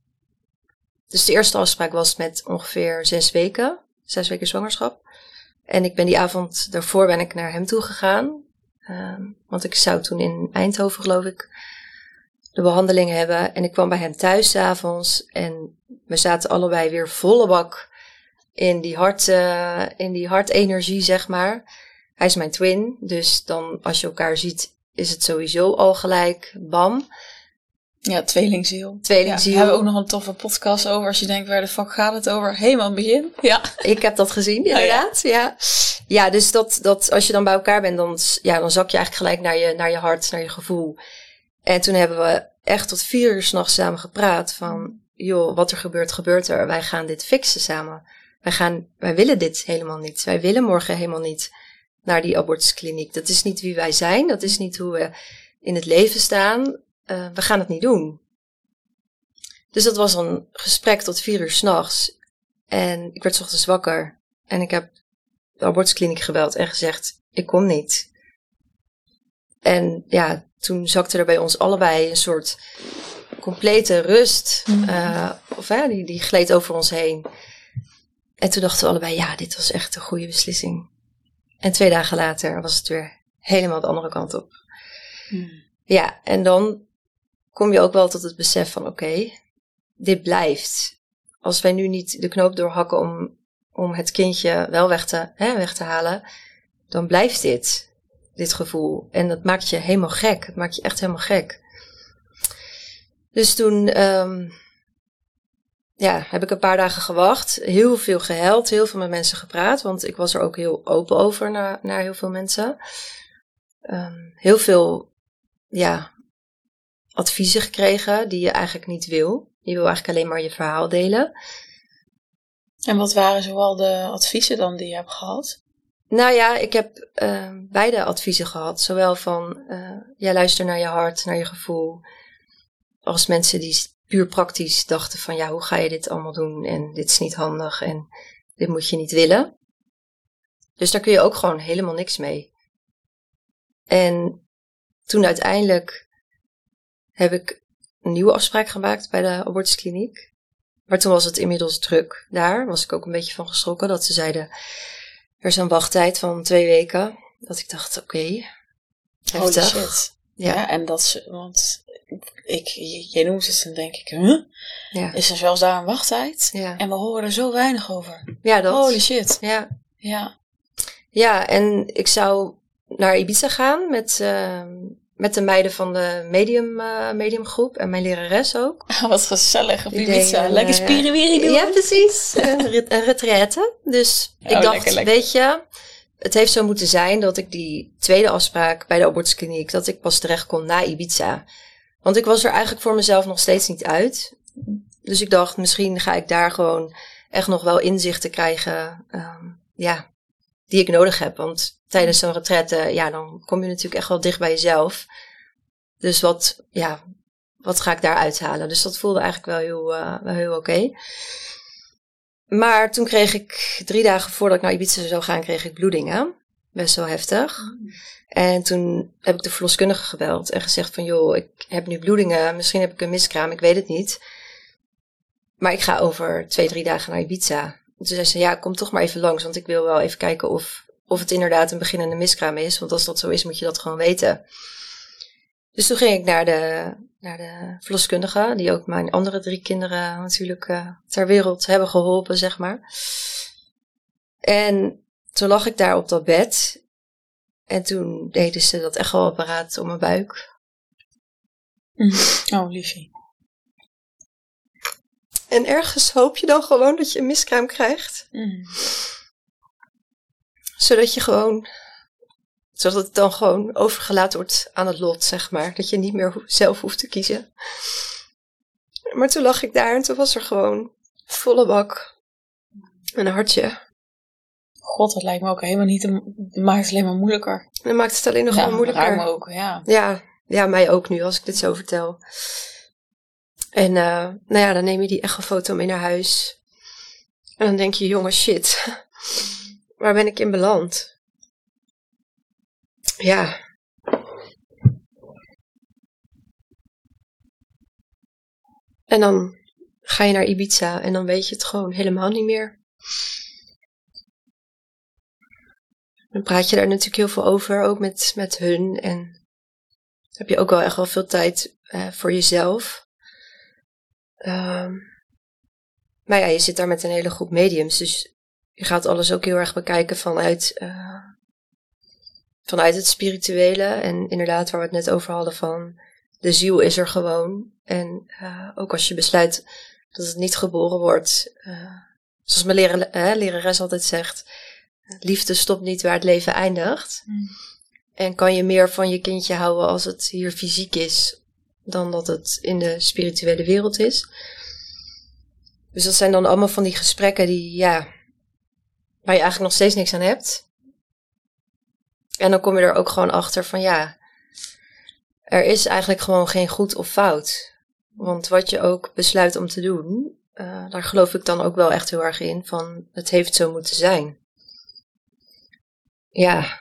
Dus de eerste afspraak was met ongeveer zes weken, zes weken zwangerschap. En ik ben die avond daarvoor ben ik naar hem toe gegaan. Um, want ik zou toen in Eindhoven, geloof ik, de behandeling hebben. En ik kwam bij hem thuis 's avonds en we zaten allebei weer volle bak... In die, hart, uh, in die hartenergie, zeg maar. Hij is mijn twin. Dus dan als je elkaar ziet, is het sowieso al gelijk bam. Ja, tweelingziel. Tweelingziel. Ja, we hebben ook nog een toffe podcast over. Als je denkt, waar de fuck gaat het over? Helemaal in het begin. Ja. Ik heb dat gezien, inderdaad. Oh, ja. ja. Ja, dus dat, dat als je dan bij elkaar bent, dan, ja, dan zak je eigenlijk gelijk naar je, naar je hart, naar je gevoel. En toen hebben we echt tot vier uur 's nachts samen gepraat. Van, joh, wat er gebeurt, gebeurt er. Wij gaan dit fixen samen. Wij, gaan, wij willen dit helemaal niet. Wij willen morgen helemaal niet naar die abortuskliniek. Dat is niet wie wij zijn. Dat is niet hoe we in het leven staan. Uh, we gaan het niet doen. Dus dat was een gesprek tot vier uur 's nachts. En ik werd 's ochtends wakker. En ik heb de abortuskliniek gebeld en gezegd, ik kom niet. En ja, toen zakte er bij ons allebei een soort complete rust. Mm-hmm. Uh, of ja, die, die gleed over ons heen. En toen dachten we allebei, ja, dit was echt een goede beslissing. En twee dagen later was het weer helemaal de andere kant op. Hmm. Ja, en dan kom je ook wel tot het besef van, oké, okay, dit blijft. Als wij nu niet de knoop doorhakken om, om het kindje wel weg te, hè, weg te halen, dan blijft dit, dit gevoel. En dat maakt je helemaal gek. Het maakt je echt helemaal gek. Dus toen... Um, Ja, heb ik een paar dagen gewacht. Heel veel gehuild, heel veel met mensen gepraat. Want ik was er ook heel open over naar, naar heel veel mensen. Um, heel veel ja, adviezen gekregen die je eigenlijk niet wil. Je wil eigenlijk alleen maar je verhaal delen. En wat waren zoal de adviezen dan die je hebt gehad? Nou ja, ik heb uh, beide adviezen gehad. Zowel van, uh, ja, luister naar je hart, naar je gevoel. Als mensen die puur praktisch dachten van, ja, hoe ga je dit allemaal doen? En dit is niet handig en dit moet je niet willen. Dus daar kun je ook gewoon helemaal niks mee. En toen uiteindelijk heb ik een nieuwe afspraak gemaakt bij de abortuskliniek. Maar toen was het inmiddels druk daar. Was ik ook een beetje van geschrokken dat ze zeiden, er is een wachttijd van twee weken. Dat ik dacht, oké, okay, heftig. Holy shit. Ja. ja en dat is, want ik, jij noemt het, dan denk ik, huh? Ja. Is er zelfs daar een wachttijd? Ja. En we horen er zo weinig over. Ja, dat. Holy shit. Ja. Ja. Ja, en ik zou naar Ibiza gaan met, uh, met de meiden van de medium, uh, mediumgroep en mijn lerares ook. Wat gezellig op Ik Ibiza. denk, uh, Lekker spiriwiri doen. Ja, precies. een, ret- een retraite. Dus Oh, ik dacht, lekker, lekker. weet je, het heeft zo moeten zijn dat ik die tweede afspraak bij de abortuskliniek, dat ik pas terecht kon na Ibiza. Want ik was er eigenlijk voor mezelf nog steeds niet uit. Dus ik dacht, misschien ga ik daar gewoon echt nog wel inzichten krijgen, um, ja, die ik nodig heb. Want tijdens zo'n retraite, ja, dan kom je natuurlijk echt wel dicht bij jezelf. Dus wat, ja, wat ga ik daar uithalen? Dus dat voelde eigenlijk wel heel, uh, wel heel oké. Okay. Maar toen kreeg ik, drie dagen voordat ik naar Ibiza zou gaan, kreeg ik bloedingen. Best wel heftig. Mm. En toen heb ik de verloskundige gebeld en gezegd van, joh, ik heb nu bloedingen. Misschien heb ik een miskraam, ik weet het niet. Maar ik ga over twee, drie dagen naar Ibiza. Toen zei ze, ja, kom toch maar even langs, want ik wil wel even kijken of, of het inderdaad een beginnende miskraam is. Want als dat zo is, moet je dat gewoon weten. Dus toen ging ik naar de, naar de verloskundige, die ook mijn andere drie kinderen natuurlijk uh, ter wereld hebben geholpen, zeg maar. En toen lag ik daar op dat bed. En toen deden ze dat echoapparaat om mijn buik. Mm. Oh, liefie. En ergens hoop je dan gewoon dat je een miskraam krijgt. Mm. Zodat je gewoon, zodat het dan gewoon overgelaten wordt aan het lot, zeg maar. Dat je niet meer ho- zelf hoeft te kiezen. Maar toen lag ik daar en toen was er gewoon volle bak een hartje. God, dat lijkt me ook helemaal niet, een, maakt het alleen maar moeilijker. En dan maakt het alleen nog ja, wel moeilijker. Ja, me ook, ja. ja. Ja, mij ook nu, als ik dit zo vertel. En uh, nou ja, dan neem je die echofoto mee naar huis. En dan denk je, jongen, shit. Waar ben ik in beland? Ja. En dan ga je naar Ibiza en dan weet je het gewoon helemaal niet meer. Dan praat je daar natuurlijk heel veel over, ook met, met hun. En heb je ook wel echt wel veel tijd uh, voor jezelf. Um, maar ja, je zit daar met een hele groep mediums. Dus je gaat alles ook heel erg bekijken vanuit, uh, vanuit het spirituele. En inderdaad, waar we het net over hadden van, de ziel is er gewoon. En uh, ook als je besluit dat het niet geboren wordt. Uh, zoals mijn leraar, uh, lerares altijd zegt, liefde stopt niet waar het leven eindigt. Mm. En kan je meer van je kindje houden als het hier fysiek is, dan dat het in de spirituele wereld is. Dus dat zijn dan allemaal van die gesprekken die, ja, waar je eigenlijk nog steeds niks aan hebt. En dan kom je er ook gewoon achter van, ja, er is eigenlijk gewoon geen goed of fout. Want wat je ook besluit om te doen, uh, daar geloof ik dan ook wel echt heel erg in, van het heeft zo moeten zijn. Ja.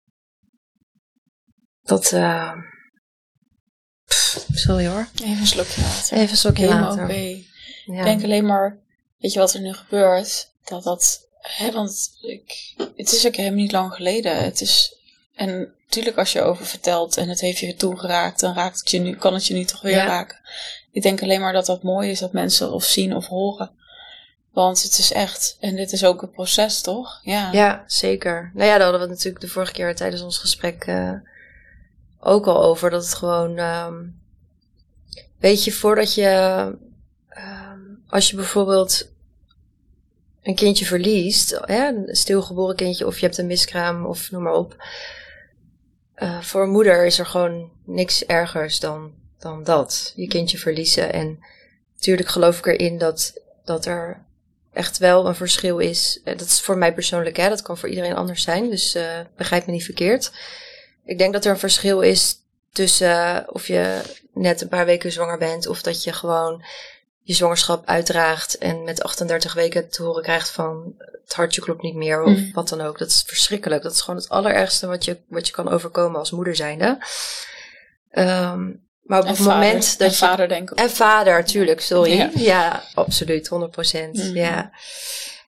Dat, uh... Pff, sorry hoor. Even een slokje water. Even een slokje Helemaal water. Oké. Ja. Ik denk alleen maar, weet je wat er nu gebeurt? Dat dat, hè, want ik, het is ook helemaal niet lang geleden. Het is, en natuurlijk als je over vertelt en het heeft je toen geraakt, dan raakt het je nu, kan het je nu toch weer ja. raken. Ik denk alleen maar dat dat mooi is dat mensen of zien of horen. Want het is echt, en dit is ook een proces, toch? Ja, ja zeker. Nou ja, daar hadden we het natuurlijk de vorige keer tijdens ons gesprek uh, ook al over. Dat het gewoon, um, weet je, voordat je, um, als je bijvoorbeeld een kindje verliest, hè, een stilgeboren kindje, of je hebt een miskraam, of noem maar op. Uh, voor een moeder is er gewoon niks ergers dan, dan dat. Je kindje verliezen. En natuurlijk geloof ik erin dat, dat er echt wel een verschil is. Dat is voor mij persoonlijk, hè. Dat kan voor iedereen anders zijn. Dus uh, begrijp me niet verkeerd. Ik denk dat er een verschil is tussen uh, of je net een paar weken zwanger bent, of dat je gewoon je zwangerschap uitdraagt en met achtendertig weken te horen krijgt van het hartje klopt niet meer of mm. wat dan ook. Dat is verschrikkelijk. Dat is gewoon het allerergste wat je, wat je kan overkomen als moeder zijnde. Um, maar op en het vader, moment dat en je... vader denk ik. En vader, tuurlijk, sorry. Ja, ja absoluut, honderd procent. Mm. Ja.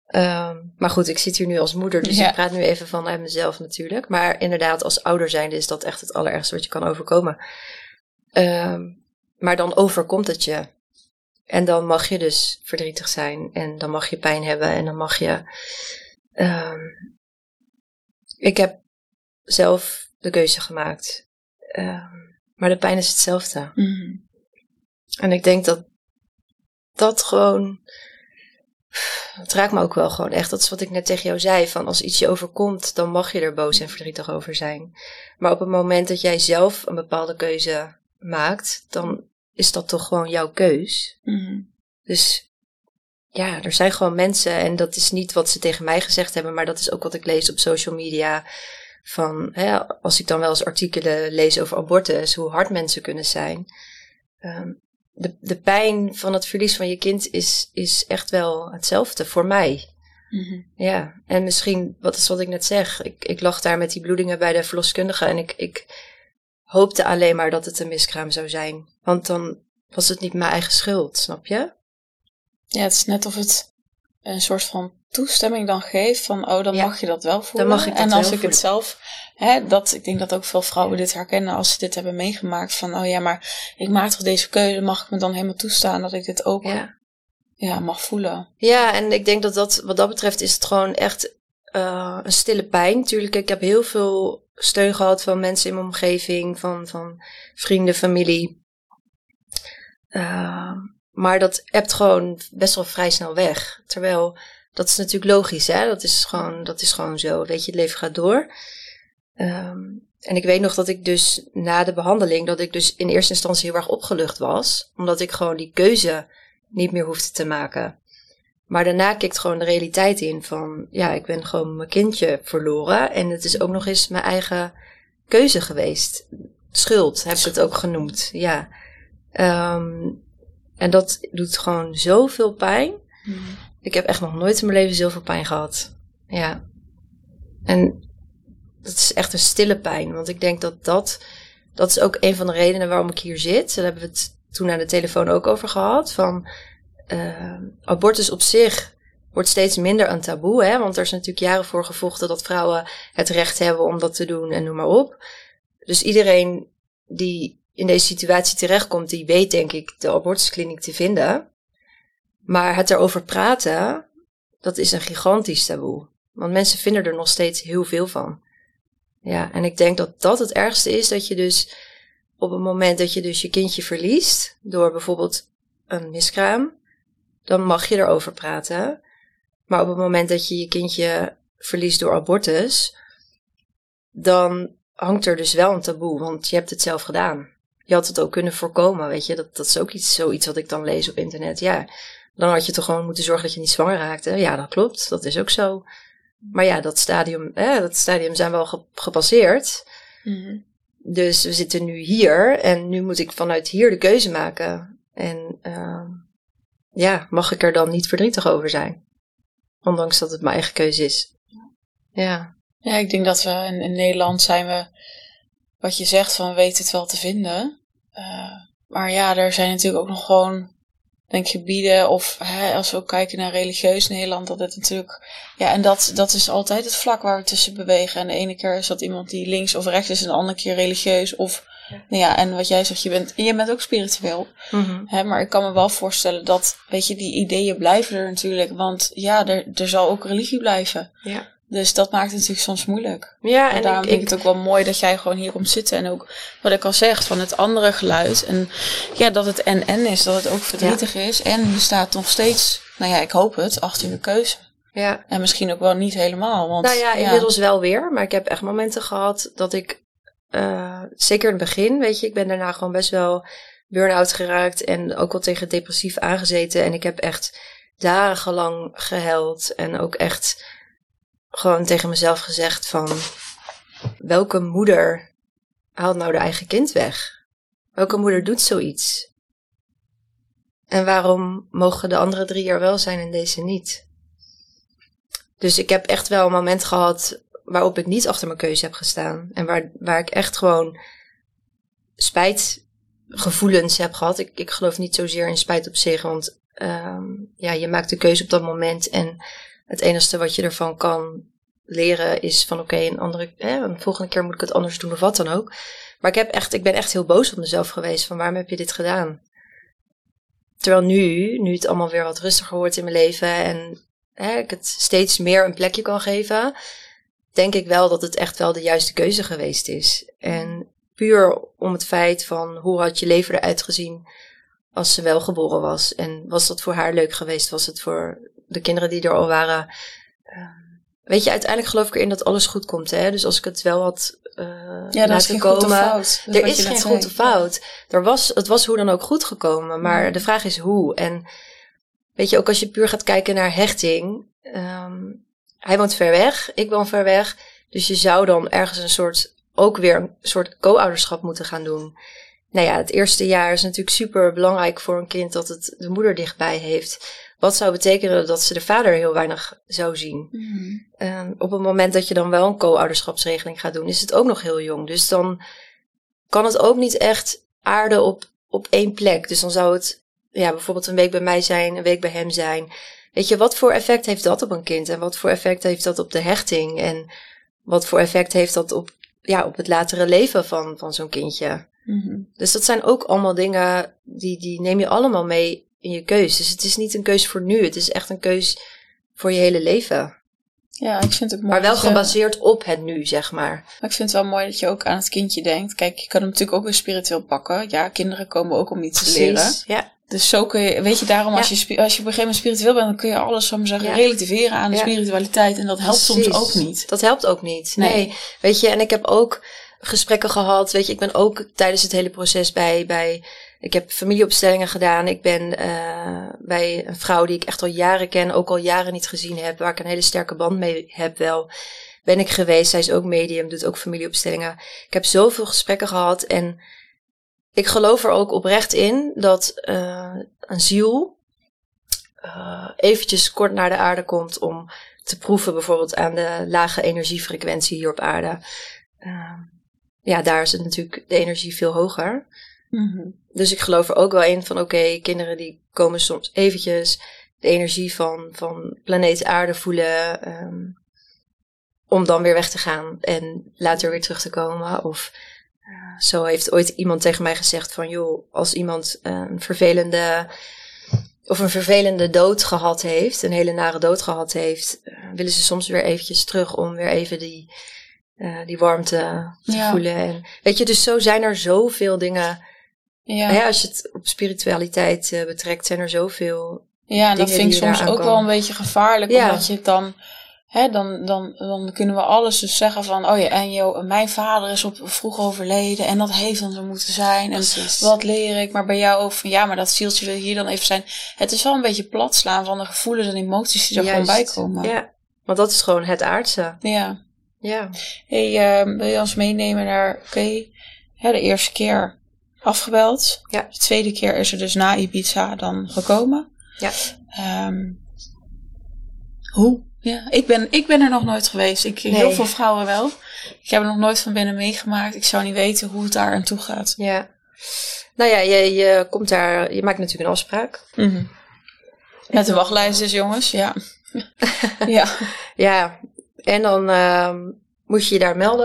Um, maar goed, ik zit hier nu als moeder, dus ja. ik praat nu even vanuit mezelf natuurlijk. Maar inderdaad, als ouder zijnde is dat echt het allerergste wat je kan overkomen. Um, maar dan overkomt het je. En dan mag je dus verdrietig zijn. En dan mag je pijn hebben. En dan mag je... Um, ik heb zelf de keuze gemaakt. Um, maar de pijn is hetzelfde. Mm-hmm. En ik denk dat dat gewoon... Het raakt me ook wel gewoon echt. Dat is wat ik net tegen jou zei. Van als iets je overkomt, dan mag je er boos en verdrietig over zijn. Maar op het moment dat jij zelf een bepaalde keuze maakt, dan is dat toch gewoon jouw keus. Mm-hmm. Dus ja, er zijn gewoon mensen, en dat is niet wat ze tegen mij gezegd hebben, maar dat is ook wat ik lees op social media. Van, hè, als ik dan wel eens artikelen lees over abortus, hoe hard mensen kunnen zijn. Um, de, de pijn van het verlies van je kind is, is echt wel hetzelfde voor mij. Mm-hmm. Ja, en misschien, wat is wat ik net zeg, ik, ik lag daar met die bloedingen bij de verloskundige en ik, ik hoopte alleen maar dat het een miskraam zou zijn. Want dan was het niet mijn eigen schuld, snap je? Ja, het is net of het een soort van toestemming dan geeft van, oh, dan ja. mag je dat wel voelen. Dan mag ik dat en als wel ik voelen. het zelf, hè, dat, ik denk dat ook veel vrouwen dit herkennen als ze dit hebben meegemaakt. Van, oh ja, maar ik maak toch deze keuze, mag ik me dan helemaal toestaan dat ik dit ook ja. Ja, mag voelen. Ja, en ik denk dat dat, wat dat betreft, is het gewoon echt uh, een stille pijn. Tuurlijk, ik heb heel veel steun gehad van mensen in mijn omgeving, van, van vrienden, familie. Uh, maar dat ebt gewoon best wel vrij snel weg. Terwijl, dat is natuurlijk logisch, hè. Dat is gewoon, dat is gewoon zo. Weet je, het leven gaat door. Um, en ik weet nog dat ik dus na de behandeling, dat ik dus in eerste instantie heel erg opgelucht was. Omdat ik gewoon die keuze niet meer hoefde te maken. Maar daarna kikt gewoon de realiteit in van, ja, ik ben gewoon mijn kindje verloren. En het is ook nog eens mijn eigen keuze geweest. Schuld, heb ik het ook genoemd. Ja. Um, en dat doet gewoon zoveel pijn. Mm. Ik heb echt nog nooit in mijn leven zoveel pijn gehad. Ja. En dat is echt een stille pijn. Want ik denk dat dat, dat is ook een van de redenen waarom ik hier zit. Daar hebben we het toen aan de telefoon ook over gehad. Van uh, abortus op zich wordt steeds minder een taboe. Hè? Want er is natuurlijk jaren voor gevochten dat vrouwen het recht hebben om dat te doen en noem maar op. Dus iedereen die in deze situatie terechtkomt, die weet denk ik de abortuskliniek te vinden. Maar het erover praten, dat is een gigantisch taboe. Want mensen vinden er nog steeds heel veel van. Ja, en ik denk dat dat het ergste is, dat je dus op het moment dat je dus je kindje verliest, door bijvoorbeeld een miskraam, dan mag je erover praten. Maar op het moment dat je je kindje verliest door abortus, dan hangt er dus wel een taboe, want je hebt het zelf gedaan. Je had het ook kunnen voorkomen, weet je. Dat, dat is ook iets, zoiets wat ik dan lees op internet. Ja, dan had je toch gewoon moeten zorgen dat je niet zwanger raakte. Ja, dat klopt. Dat is ook zo. Maar ja, dat stadium, eh, dat stadium zijn wel ge- gepasseerd. Mm-hmm. Dus we zitten nu hier. En nu moet ik vanuit hier de keuze maken. En uh, ja, mag ik er dan niet verdrietig over zijn? Ondanks dat het mijn eigen keuze is. Ja. Ja, ik denk dat we in, in Nederland zijn we, wat je zegt, van we weten het wel te vinden. Uh, maar ja, er zijn natuurlijk ook nog gewoon, denk gebieden, of hè, als we ook kijken naar religieus Nederland, dat het natuurlijk, ja, en dat, dat is altijd het vlak waar we tussen bewegen. En de ene keer is dat iemand die links of rechts is, en de andere keer religieus, of, ja. Nou ja, en wat jij zegt, je bent, je bent ook spiritueel. Mm-hmm. Hè, maar ik kan me wel voorstellen dat, weet je, die ideeën blijven er natuurlijk, want ja, er, er zal ook religie blijven. Ja. Dus dat maakt het natuurlijk soms moeilijk. Ja, en, en daarom ik, vind ik ik... het ook wel mooi dat jij gewoon hier komt zitten. En ook wat ik al zeg, van het andere geluid. En ja, dat het en-en is. Dat het ook verdrietig ja. is. En je staat nog steeds, nou ja, ik hoop het, achter je keuze. Ja. En misschien ook wel niet helemaal. Want, nou ja, ja, inmiddels wel weer. Maar ik heb echt momenten gehad dat ik, uh, zeker in het begin, weet je, ik ben daarna gewoon best wel burn-out geraakt. En ook wel tegen depressief aangezeten. En ik heb echt dagenlang gehuild. En ook echt gewoon tegen mezelf gezegd van, welke moeder haalt nou haar eigen kind weg? Welke moeder doet zoiets? En waarom mogen de andere drie er wel zijn en deze niet? Dus ik heb echt wel een moment gehad waarop ik niet achter mijn keuze heb gestaan. En waar, waar ik echt gewoon spijtgevoelens heb gehad. Ik, ik geloof niet zozeer in spijt op zich, want um, ja, je maakt de keuze op dat moment en het enige wat je ervan kan leren is van oké, okay, een andere, hè, een volgende keer moet ik het anders doen of wat dan ook. Maar ik, heb echt, ik ben echt heel boos op mezelf geweest van waarom heb je dit gedaan? Terwijl nu, nu het allemaal weer wat rustiger wordt in mijn leven en hè, ik het steeds meer een plekje kan geven, denk ik wel dat het echt wel de juiste keuze geweest is. En puur om het feit van hoe had je leven eruit gezien als ze wel geboren was. En was dat voor haar leuk geweest? Was het voor de kinderen die er al waren? Uh, weet je, uiteindelijk geloof ik erin dat alles goed komt. Hè? Dus als ik het wel had uh, ja, laten is geen komen. Goed of fout. Er is geen goed of fout. Er was, het was hoe dan ook goed gekomen. Maar mm. de vraag is hoe. En weet je, ook als je puur gaat kijken naar hechting. Um, hij woont ver weg. Ik woon ver weg. Dus je zou dan ergens een soort, ook weer een soort co-ouderschap moeten gaan doen. Nou ja, het eerste jaar is natuurlijk super belangrijk voor een kind dat het de moeder dichtbij heeft. Wat zou betekenen dat ze de vader heel weinig zou zien. Mm. Um, op het moment dat je dan wel een co-ouderschapsregeling gaat doen, is het ook nog heel jong. Dus dan kan het ook niet echt aarden op, op één plek. Dus dan zou het ja, bijvoorbeeld een week bij mij zijn, een week bij hem zijn. Weet je, wat voor effect heeft dat op een kind? En wat voor effect heeft dat op de hechting? En wat voor effect heeft dat op, ja, op het latere leven van, van zo'n kindje? Mm-hmm. Dus dat zijn ook allemaal dingen, die, die neem je allemaal mee in je keus. Dus het is niet een keus voor nu, het is echt een keus voor je hele leven. Ja, ik vind het mooi. Maar wel je, gebaseerd op het nu, zeg maar. Maar ik vind het wel mooi dat je ook aan het kindje denkt. Kijk, je kan hem natuurlijk ook weer spiritueel pakken. Ja, kinderen komen ook om iets te Precies, leren. Ja. Dus zo kun je, weet je, daarom als, ja. je, als je op een gegeven moment spiritueel bent, dan kun je alles, zal ik maar zeggen, ja. relativeren aan de ja. spiritualiteit. En dat helpt Precies. soms ook niet. Dat helpt ook niet. Nee. nee. Weet je, en ik heb ook gesprekken gehad. Weet je, ik ben ook tijdens het hele proces bij, bij ik heb familieopstellingen gedaan. Ik ben uh, bij een vrouw die ik echt al jaren ken, ook al jaren niet gezien heb, waar ik een hele sterke band mee heb wel. Ben ik geweest. Zij is ook medium, doet ook familieopstellingen. Ik heb zoveel gesprekken gehad en ik geloof er ook oprecht in dat uh, een ziel uh, eventjes kort naar de aarde komt om te proeven bijvoorbeeld aan de lage energiefrequentie hier op aarde. Uh, ja, daar is het natuurlijk de energie veel hoger. Mm-hmm. Dus ik geloof er ook wel in van oké, okay, kinderen die komen soms eventjes de energie van, van planeet aarde voelen um, om dan weer weg te gaan en later weer terug te komen. Of uh, zo heeft ooit iemand tegen mij gezegd van joh, als iemand een vervelende of een vervelende dood gehad heeft, een hele nare dood gehad heeft, uh, willen ze soms weer eventjes terug om weer even die, uh, die warmte te ja. voelen. En, weet je, dus zo zijn er zoveel dingen. Ja. Hè, als je het op spiritualiteit uh, betrekt, zijn er zoveel. Ja, en dat vind ik soms ook kan. wel een beetje gevaarlijk, ja. omdat je het dan, hè, dan, dan, dan kunnen we alles dus zeggen van, oh ja, en joh, mijn vader is op vroeg overleden en dat heeft dan zo moeten zijn. Precies. En wat leer ik? Maar bij jou ook van, ja, maar dat zieltje wil hier dan even zijn. Het is wel een beetje plat slaan van de gevoelens en emoties die er Juist. gewoon bij komen. Ja, want dat is gewoon het aardse. Ja. Ja. Hey, uh, wil je ons meenemen naar, oké, okay, de eerste keer afgebeld. Ja. De tweede keer is er dus na Ibiza dan gekomen. Ja. Um, hoe? Ja, ik ben, ik ben er nog nooit geweest. Ik, nee. Heel veel vrouwen wel. Ik heb er nog nooit van binnen meegemaakt. Ik zou niet weten hoe het daar aan toe gaat. Ja. Nou ja, je, je komt daar, je maakt natuurlijk een afspraak. Mm-hmm. Met de wachtlijst dus, jongens. Ja. ja. Ja. En dan uh, moet je je daar melden.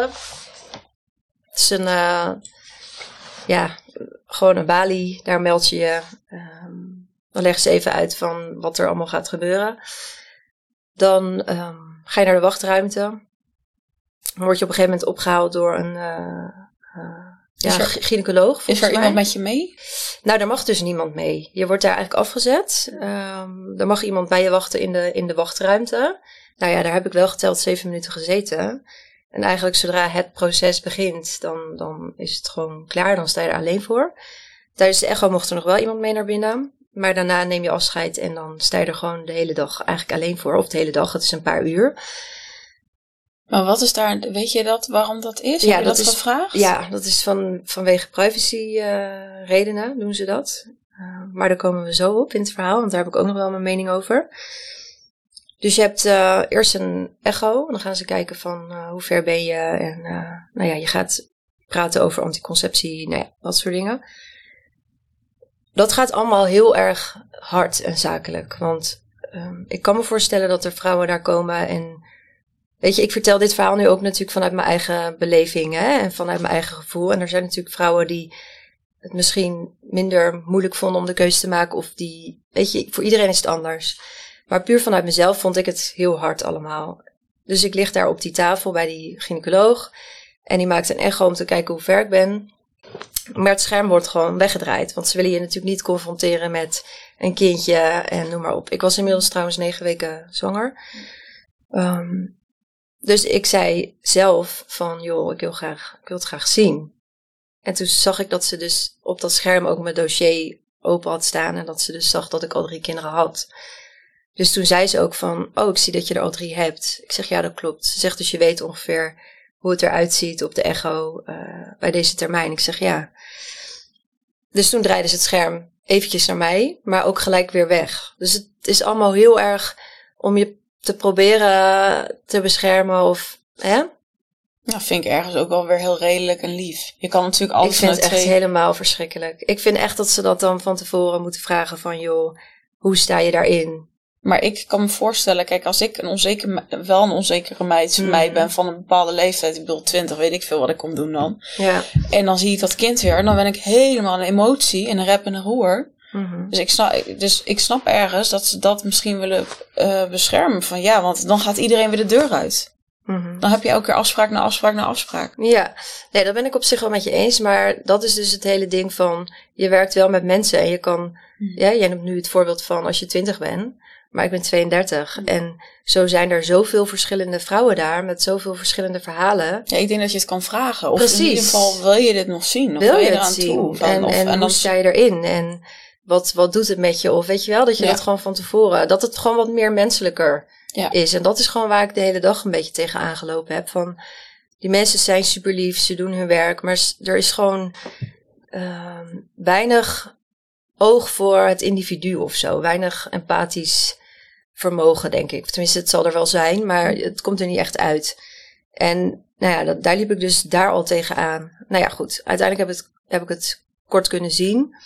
Het is een, uh, ja, gewoon een balie. Daar meld je je. Um, dan leggen ze even uit van wat er allemaal gaat gebeuren. Dan um, ga je naar de wachtruimte. Dan word je op een gegeven moment opgehaald door een uh, uh, ja, er, gynaecoloog. Is er mij. iemand met je mee? Nou, daar mag dus niemand mee. Je wordt daar eigenlijk afgezet. Um, er mag iemand bij je wachten in de, in de wachtruimte. Nou ja, daar heb ik wel geteld zeven minuten gezeten. En eigenlijk zodra het proces begint, dan, dan is het gewoon klaar. Dan sta je er alleen voor. Tijdens de echo mocht er nog wel iemand mee naar binnen. Maar daarna neem je afscheid en dan sta je er gewoon de hele dag eigenlijk alleen voor. Of de hele dag, het is een paar uur. Maar wat is daar, weet je dat, waarom dat is? Ja, heb je dat, dat is, gevraagd? Ja, dat is van, vanwege privacy uh, redenen doen ze dat. Uh, maar daar komen we zo op in het verhaal, want daar heb ik ook nog wel mijn mening over. Dus je hebt uh, eerst een echo. En dan gaan ze kijken van uh, hoe ver ben je. En uh, nou ja, je gaat praten over anticonceptie. Nou ja, dat soort dingen. Dat gaat allemaal heel erg hard en zakelijk. Want um, ik kan me voorstellen dat er vrouwen daar komen en weet je, ik vertel dit verhaal nu ook natuurlijk vanuit mijn eigen beleving, hè, en vanuit mijn eigen gevoel. En er zijn natuurlijk vrouwen die het misschien minder moeilijk vonden om de keuze te maken of die, weet je, voor iedereen is het anders. Maar puur vanuit mezelf vond ik het heel hard allemaal. Dus ik lig daar op die tafel bij die gynaecoloog en die maakt een echo om te kijken hoe ver ik ben. Maar het scherm wordt gewoon weggedraaid. Want ze willen je natuurlijk niet confronteren met een kindje en noem maar op. Ik was inmiddels trouwens negen weken zwanger. Um, dus ik zei zelf van, joh, ik wil, graag, ik wil het graag zien. En toen zag ik dat ze dus op dat scherm ook mijn dossier open had staan. En dat ze dus zag dat ik al drie kinderen had. Dus toen zei ze ook van, oh, ik zie dat je er al drie hebt. Ik zeg, ja, dat klopt. Ze zegt dus, je weet ongeveer hoe het eruit ziet op de echo uh, bij deze termijn. Ik zeg, ja. Dus toen draaide ze het scherm eventjes naar mij, maar ook gelijk weer weg. Dus het is allemaal heel erg om je te proberen te beschermen of, hè? Nou, vind ik ergens ook wel weer heel redelijk en lief. Je kan natuurlijk alles Ik vind het twee... echt helemaal verschrikkelijk. Ik vind echt dat ze dat dan van tevoren moeten vragen van, joh, hoe sta je daarin? Maar ik kan me voorstellen, kijk, als ik een onzeker, wel een onzekere meid, Mm. meid ben van een bepaalde leeftijd, ik bedoel twintig, weet ik veel wat ik kom doen dan. Ja. En dan zie ik dat kind weer en dan ben ik helemaal een emotie en een rep en een roer. Mm-hmm. Dus ik snap, dus ik snap ergens dat ze dat misschien willen uh, beschermen. Van ja, want dan gaat iedereen weer de deur uit. Mm-hmm. Dan heb je elke keer afspraak na afspraak na afspraak. Ja, nee, dat ben ik op zich wel met je eens. Maar dat is dus het hele ding van, je werkt wel met mensen en je kan, mm. ja, jij noemt nu het voorbeeld van als je twintig bent. Maar ik ben tweeëndertig. Mm. En zo zijn er zoveel verschillende vrouwen daar met zoveel verschillende verhalen. Ja, ik denk dat je het kan vragen. Of Precies. in ieder geval, wil je dit nog zien? Of wil, wil je je eraan het zien? toe? Van, en of, en, en hoe dan sta je erin? En wat, wat doet het met je? Of weet je wel, dat je ja. dat gewoon van tevoren, dat het gewoon wat meer menselijker ja. is. En dat is gewoon waar ik de hele dag een beetje tegen aangelopen heb. Van, die mensen zijn super lief, ze doen hun werk. Maar er is gewoon uh, weinig oog voor het individu of zo. Weinig empathisch vermogen, denk ik. Tenminste, het zal er wel zijn, maar het komt er niet echt uit. En nou ja, dat, daar liep ik dus daar al tegenaan. Nou ja, goed. Uiteindelijk heb, het, heb ik het kort kunnen zien.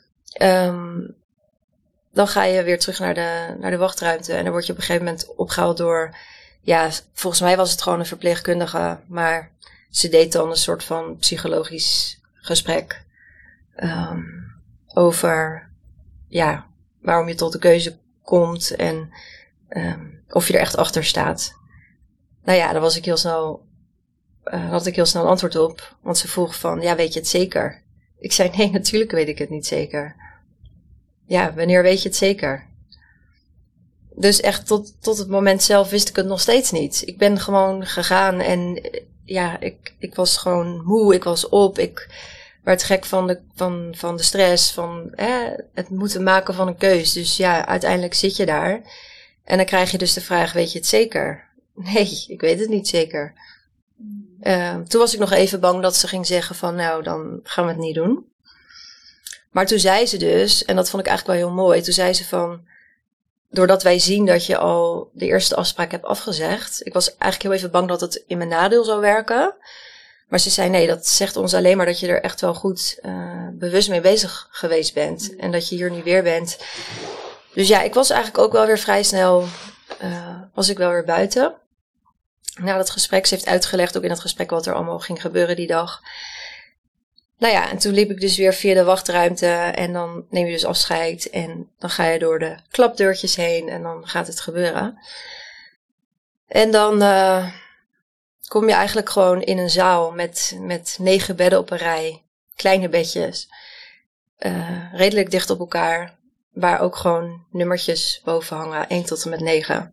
Um, dan ga je weer terug naar de, naar de wachtruimte. En dan word je op een gegeven moment opgehaald door, ja, volgens mij was het gewoon een verpleegkundige. Maar ze deed dan een soort van psychologisch gesprek. Um, over, ja, waarom je tot de keuze komt en um, of je er echt achter staat. Nou ja, daar was ik heel snel, uh, had ik heel snel een antwoord op. Want ze vroeg van, ja, weet je het zeker? Ik zei, nee, natuurlijk weet ik het niet zeker. Ja, wanneer weet je het zeker? Dus echt tot, tot het moment zelf wist ik het nog steeds niet. Ik ben gewoon gegaan en ja, ik, ik was gewoon moe, ik was op, ik werd gek van de, van, van de stress, van eh, het moeten maken van een keus. Dus ja, uiteindelijk zit je daar. En dan krijg je dus de vraag, weet je het zeker? Nee, ik weet het niet zeker. Uh, toen was ik nog even bang dat ze ging zeggen van, nou, dan gaan we het niet doen. Maar toen zei ze dus, en dat vond ik eigenlijk wel heel mooi, toen zei ze van, doordat wij zien dat je al de eerste afspraak hebt afgezegd. Ik was eigenlijk heel even bang dat het in mijn nadeel zou werken. Maar ze zei, nee, dat zegt ons alleen maar dat je er echt wel goed uh, bewust mee bezig geweest bent. En dat je hier nu weer bent. Dus ja, ik was eigenlijk ook wel weer vrij snel, uh, was ik wel weer buiten. Na dat gesprek, ze heeft uitgelegd ook in het gesprek wat er allemaal ging gebeuren die dag. Nou ja, en toen liep ik dus weer via de wachtruimte en dan neem je dus afscheid. En dan ga je door de klapdeurtjes heen en dan gaat het gebeuren. En dan uh, kom je eigenlijk gewoon in een zaal met, met negen bedden op een rij. Kleine bedjes. Uh, redelijk dicht op elkaar. Waar ook gewoon nummertjes boven hangen. één tot en met negen.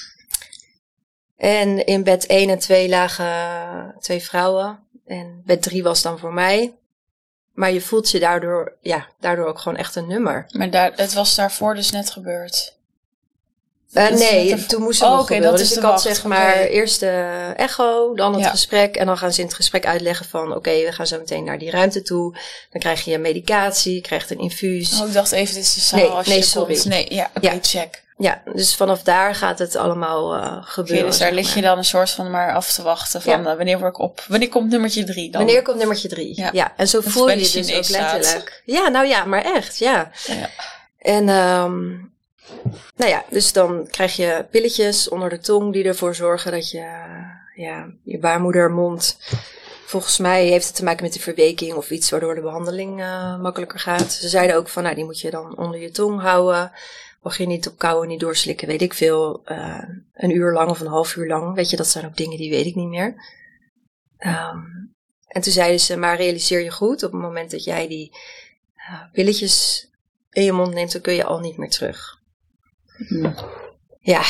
En in bed één en twee lagen twee vrouwen. En bed drie was dan voor mij. Maar je voelt je daardoor, ja, daardoor ook gewoon echt een nummer. Maar daar, het was daarvoor dus net gebeurd? Uh, nee, er... toen moest het oh, nog okay, gebeuren. Dus ik had wacht. zeg maar okay. eerst de echo, dan het ja. gesprek. En dan gaan ze in het gesprek uitleggen van, oké, okay, we gaan zo meteen naar die ruimte toe. Dan krijg je medicatie, je krijgt een infuus. Oh, ik dacht even, dit is de zaal nee, als nee, je sorry. komt. Nee, ja, oké, okay, ja. check. Ja, dus vanaf daar gaat het allemaal uh, gebeuren. Okay, dus daar lig je dan een soort van maar af te wachten van ja. uh, wanneer word ik op, wanneer komt nummertje drie dan? Wanneer komt nummertje drie, ja. ja. En zo dat voel je je dus ook letterlijk. Ja, nou ja, maar echt, ja. ja. En um, nou ja, dus dan krijg je pilletjes onder de tong die ervoor zorgen dat je, ja, je baarmoedermond... Volgens mij heeft het te maken met de verweking of iets waardoor de behandeling uh, makkelijker gaat. Ze zeiden ook van, nou, die moet je dan onder je tong houden. Mag je niet opkauwen, niet doorslikken, weet ik veel. Uh, een uur lang of een half uur lang. Weet je, dat zijn ook dingen die weet ik niet meer. Um, en toen zeiden ze, maar realiseer je goed, op het moment dat jij die uh, pilletjes in je mond neemt, dan kun je al niet meer terug. Hmm. Ja.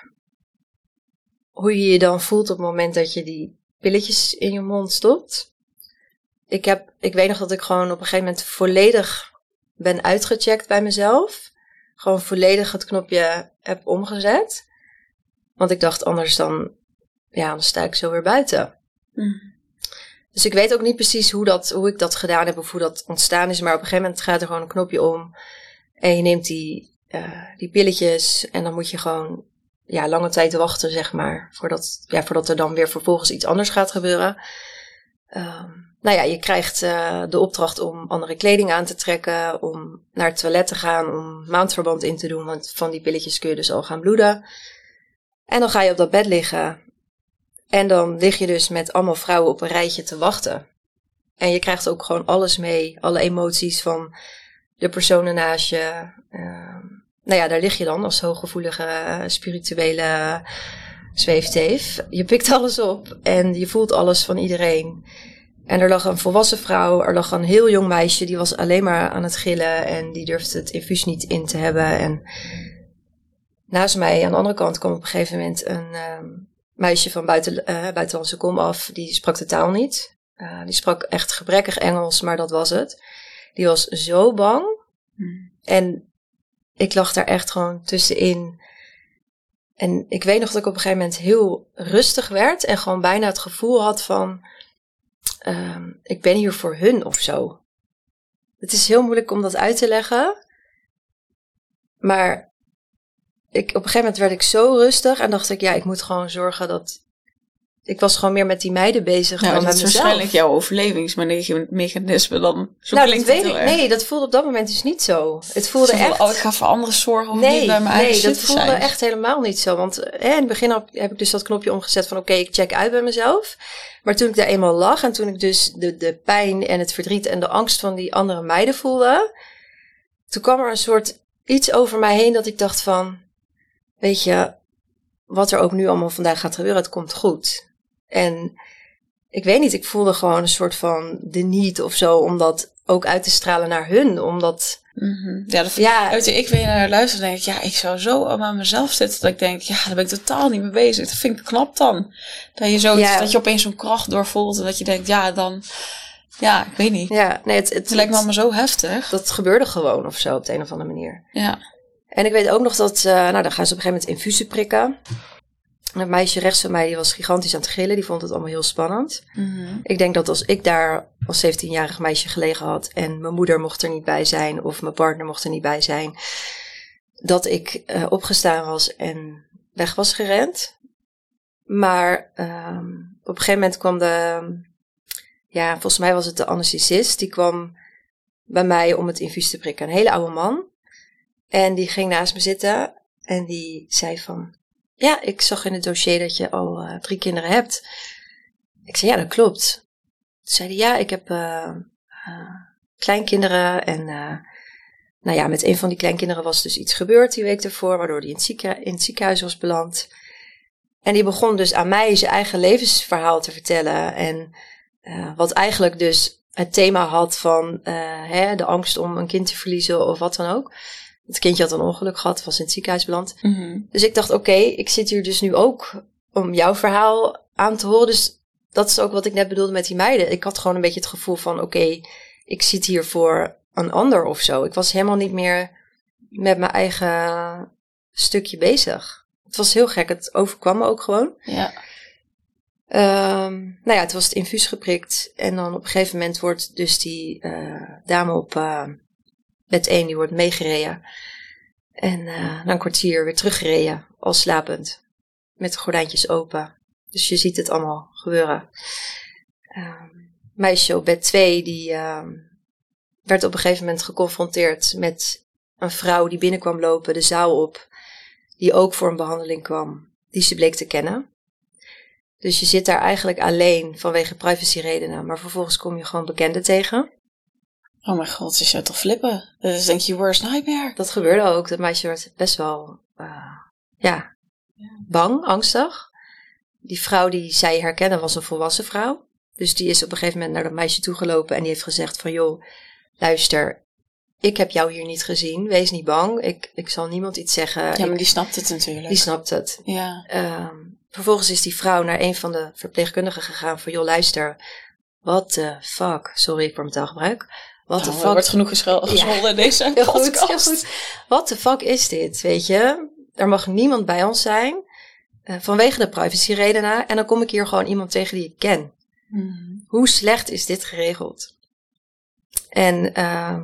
Hoe je je dan voelt op het moment dat je die pilletjes in je mond stopt. Ik, heb, ik weet nog dat ik gewoon op een gegeven moment volledig ben uitgecheckt bij mezelf. Gewoon volledig het knopje heb omgezet. Want ik dacht anders dan, ja, dan sta ik zo weer buiten. Mm. Dus ik weet ook niet precies hoe, dat, hoe ik dat gedaan heb of hoe dat ontstaan is. Maar op een gegeven moment gaat er gewoon een knopje om. En je neemt die, uh, die pilletjes en dan moet je gewoon... ja, lange tijd wachten, zeg maar. Voordat, ja, voordat er dan weer vervolgens iets anders gaat gebeuren. Um, nou ja, je krijgt uh, de opdracht om andere kleding aan te trekken. Om naar het toilet te gaan. Om maandverband in te doen. Want van die pilletjes kun je dus al gaan bloeden. En dan ga je op dat bed liggen. En dan lig je dus met allemaal vrouwen op een rijtje te wachten. En je krijgt ook gewoon alles mee. Alle emoties van de personen naast je. Um, Nou ja, daar lig je dan als hooggevoelige, spirituele zweefteef. Je pikt alles op en je voelt alles van iedereen. En er lag een volwassen vrouw, er lag een heel jong meisje, die was alleen maar aan het gillen en die durfde het infuus niet in te hebben. En naast mij aan de andere kant kwam op een gegeven moment een um, meisje van buiten, uh, buitenlandse kom af, die sprak de taal niet. Uh, die sprak echt gebrekkig Engels, maar dat was het. Die was zo bang. Hmm. En ik lag daar echt gewoon tussenin. En ik weet nog dat ik op een gegeven moment heel rustig werd. En gewoon bijna het gevoel had van... Um, ik ben hier voor hun of zo. Het is heel moeilijk om dat uit te leggen. Maar ik, op een gegeven moment werd ik zo rustig. En dacht ik, ja, ik moet gewoon zorgen dat... Ik was gewoon meer met die meiden bezig nou, dan met mezelf. Dat is waarschijnlijk jouw overlevingsmechanisme dan. Zo nou, dat weet ik. Nee, dat voelde op dat moment dus niet zo. Het voelde zo echt... Oh, ik ga voor anderen zorgen of nee, niet bij mijn nee, eigen Nee, dat voelde zijn. echt helemaal niet zo. Want hè, in het begin heb ik dus dat knopje omgezet van... Oké, okay, ik check uit bij mezelf. Maar toen ik daar eenmaal lag... En toen ik dus de, de pijn en het verdriet en de angst van die andere meiden voelde... Toen kwam er een soort iets over mij heen dat ik dacht van... Weet je, wat er ook nu allemaal vandaag gaat gebeuren, het komt goed. En ik weet niet, ik voelde gewoon een soort van de need of zo om dat ook uit te stralen naar hun. Omdat... Mm-hmm. Ja, dat, ja, ik weet naar luisteren en denk ik, ja, ik zou zo aan mezelf zitten dat ik denk, ja, daar ben ik totaal niet mee bezig. Dat vind ik knap dan. Dat je zo, ja. dat je opeens zo'n kracht doorvoelt en dat je denkt, ja, dan, ja, ik weet niet. Ja, nee, het, het, het lijkt me allemaal zo heftig. Dat gebeurde gewoon of zo op de een of andere manier. Ja. En ik weet ook nog dat, uh, nou, dan gaan ze op een gegeven moment infusen prikken. En het meisje rechts van mij, die was gigantisch aan het gillen. Die vond het allemaal heel spannend. Mm-hmm. Ik denk dat als ik daar als zeventienjarig meisje gelegen had... en mijn moeder mocht er niet bij zijn... of mijn partner mocht er niet bij zijn... dat ik uh, opgestaan was en weg was gerend. Maar um, op een gegeven moment kwam de... ja, volgens mij was het de anesthesist. Die kwam bij mij om het infuus te prikken. Een hele oude man. En die ging naast me zitten. En die zei van... Ja, ik zag in het dossier dat je al uh, drie kinderen hebt. Ik zei, ja, dat klopt. Toen zei hij, ja, ik heb uh, uh, kleinkinderen. En uh, nou ja, met een van die kleinkinderen was dus iets gebeurd die week ervoor. Waardoor hij in het, zieke, in het ziekenhuis was beland. En die begon dus aan mij zijn eigen levensverhaal te vertellen. En uh, wat eigenlijk dus het thema had van uh, hè, de angst om een kind te verliezen of wat dan ook. Het kindje had een ongeluk gehad, was in het ziekenhuis beland. Mm-hmm. Dus ik dacht, oké, okay, ik zit hier dus nu ook om jouw verhaal aan te horen. Dus dat is ook wat ik net bedoelde met die meiden. Ik had gewoon een beetje het gevoel van, oké, okay, ik zit hier voor een ander of zo. Ik was helemaal niet meer met mijn eigen stukje bezig. Het was heel gek, het overkwam me ook gewoon. Ja. Um, nou ja, het was het infuus geprikt. En dan op een gegeven moment wordt dus die uh, dame op... Uh, bed één, die wordt meegereden. En uh, na een kwartier weer teruggereden, al slapend. Met de gordijntjes open. Dus je ziet het allemaal gebeuren. Um, meisje op bed twee, die uh, werd op een gegeven moment geconfronteerd met een vrouw die binnenkwam lopen de zaal op, die ook voor een behandeling kwam, die ze bleek te kennen. Dus je zit daar eigenlijk alleen vanwege privacyredenen, maar vervolgens kom je gewoon bekenden tegen. Oh mijn god, je zou toch flippen? Dat is denk je je worst nightmare. Dat gebeurde ook. Dat meisje werd best wel, uh, ja, bang, angstig. Die vrouw die zij herkennen was een volwassen vrouw. Dus die is op een gegeven moment naar dat meisje toegelopen en die heeft gezegd van, joh, luister, ik heb jou hier niet gezien. Wees niet bang. Ik, ik zal niemand iets zeggen. Ja, maar ik, die snapt het natuurlijk. Die snapt het. Ja. Um, vervolgens is die vrouw naar een van de verpleegkundigen gegaan van, joh, luister, what the fuck, sorry voor mijn taalgebruik. What the oh, fuck. Er wordt genoeg gescholden ja. in deze heel podcast. Goed, heel goed. What the fuck is dit, weet je? Er mag niemand bij ons zijn, uh, vanwege de privacyredenen. En dan kom ik hier gewoon iemand tegen die ik ken. Mm. Hoe slecht is dit geregeld? En uh,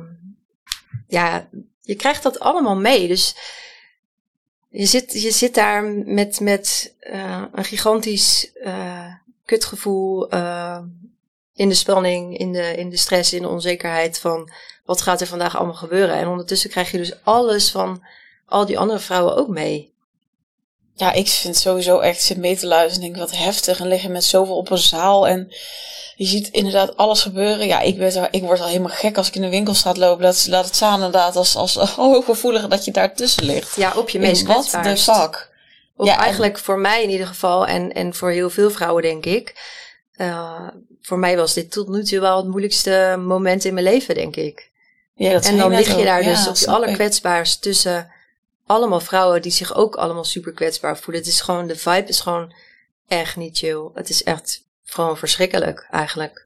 ja, je krijgt dat allemaal mee. Dus je zit, je zit daar met, met uh, een gigantisch uh, kutgevoel, uh, in de spanning, in de, in de stress, in de onzekerheid van wat gaat er vandaag allemaal gebeuren. En ondertussen krijg je dus alles van al die andere vrouwen ook mee. Ja, ik vind sowieso echt, zit mee te luisteren en denk wat heftig en liggen met zoveel op een zaal en je ziet inderdaad alles gebeuren. Ja, ik, ben, ik word al helemaal gek als ik in de winkelstraat loop. Dat, dat het staan inderdaad als, als hooggevoelige dat je daartussen ligt. Ja, op je meest kwetsbaarst. What the fuck? Of ja, eigenlijk en... voor mij in ieder geval en, en voor heel veel vrouwen denk ik. Uh, voor mij was dit tot nu toe wel het moeilijkste moment in mijn leven, denk ik. Ja, dat en dan lig je daar ook. dus ja, op je allerkwetsbaarst tussen allemaal vrouwen die zich ook allemaal super kwetsbaar voelen. Het is gewoon, de vibe is gewoon echt niet chill. Het is echt gewoon verschrikkelijk eigenlijk.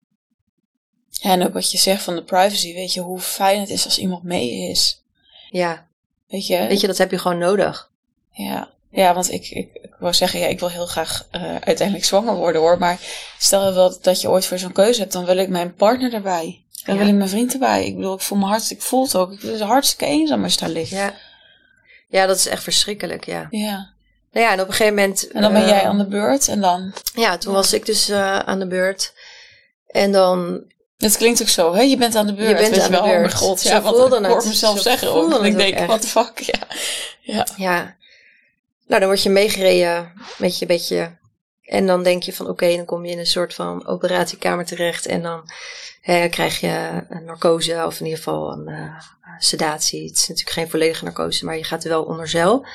Ja, en ook wat je zegt van de privacy, weet je, hoe fijn het is als iemand mee is. Ja. Weet je? Weet je, dat heb je gewoon nodig. Ja. Ja, want ik, ik, ik wou zeggen, ja, ik wil heel graag uh, uiteindelijk zwanger worden hoor. Maar stel wel dat je ooit voor zo'n keuze hebt, dan wil ik mijn partner erbij. Dan ja. wil ik mijn vriend erbij. Ik bedoel, ik voel me hartstikke, ik voel het ook. Ik ben hartstikke eenzaam als je daar ligt. Ja. Ja, dat is echt verschrikkelijk, ja. Ja. Nou ja, en op een gegeven moment... En dan ben uh, jij aan de beurt en dan... Ja, toen ja. was ik dus uh, aan de beurt. En dan... Het klinkt ook zo, hè? Je bent aan de beurt. Je bent weet aan je wel, de beurt. Oh mijn god, Zo ja, want voelde ik het. hoor mezelf Zo zeggen ook. En ik denk, what the fuck, ja. Ja. Ja. Nou, dan word je meegereden met je bedje. En dan denk je van, oké, okay, dan kom je in een soort van operatiekamer terecht. En dan hè, krijg je een narcose, of in ieder geval een uh, sedatie. Het is natuurlijk geen volledige narcose, maar je gaat er wel onder zeil.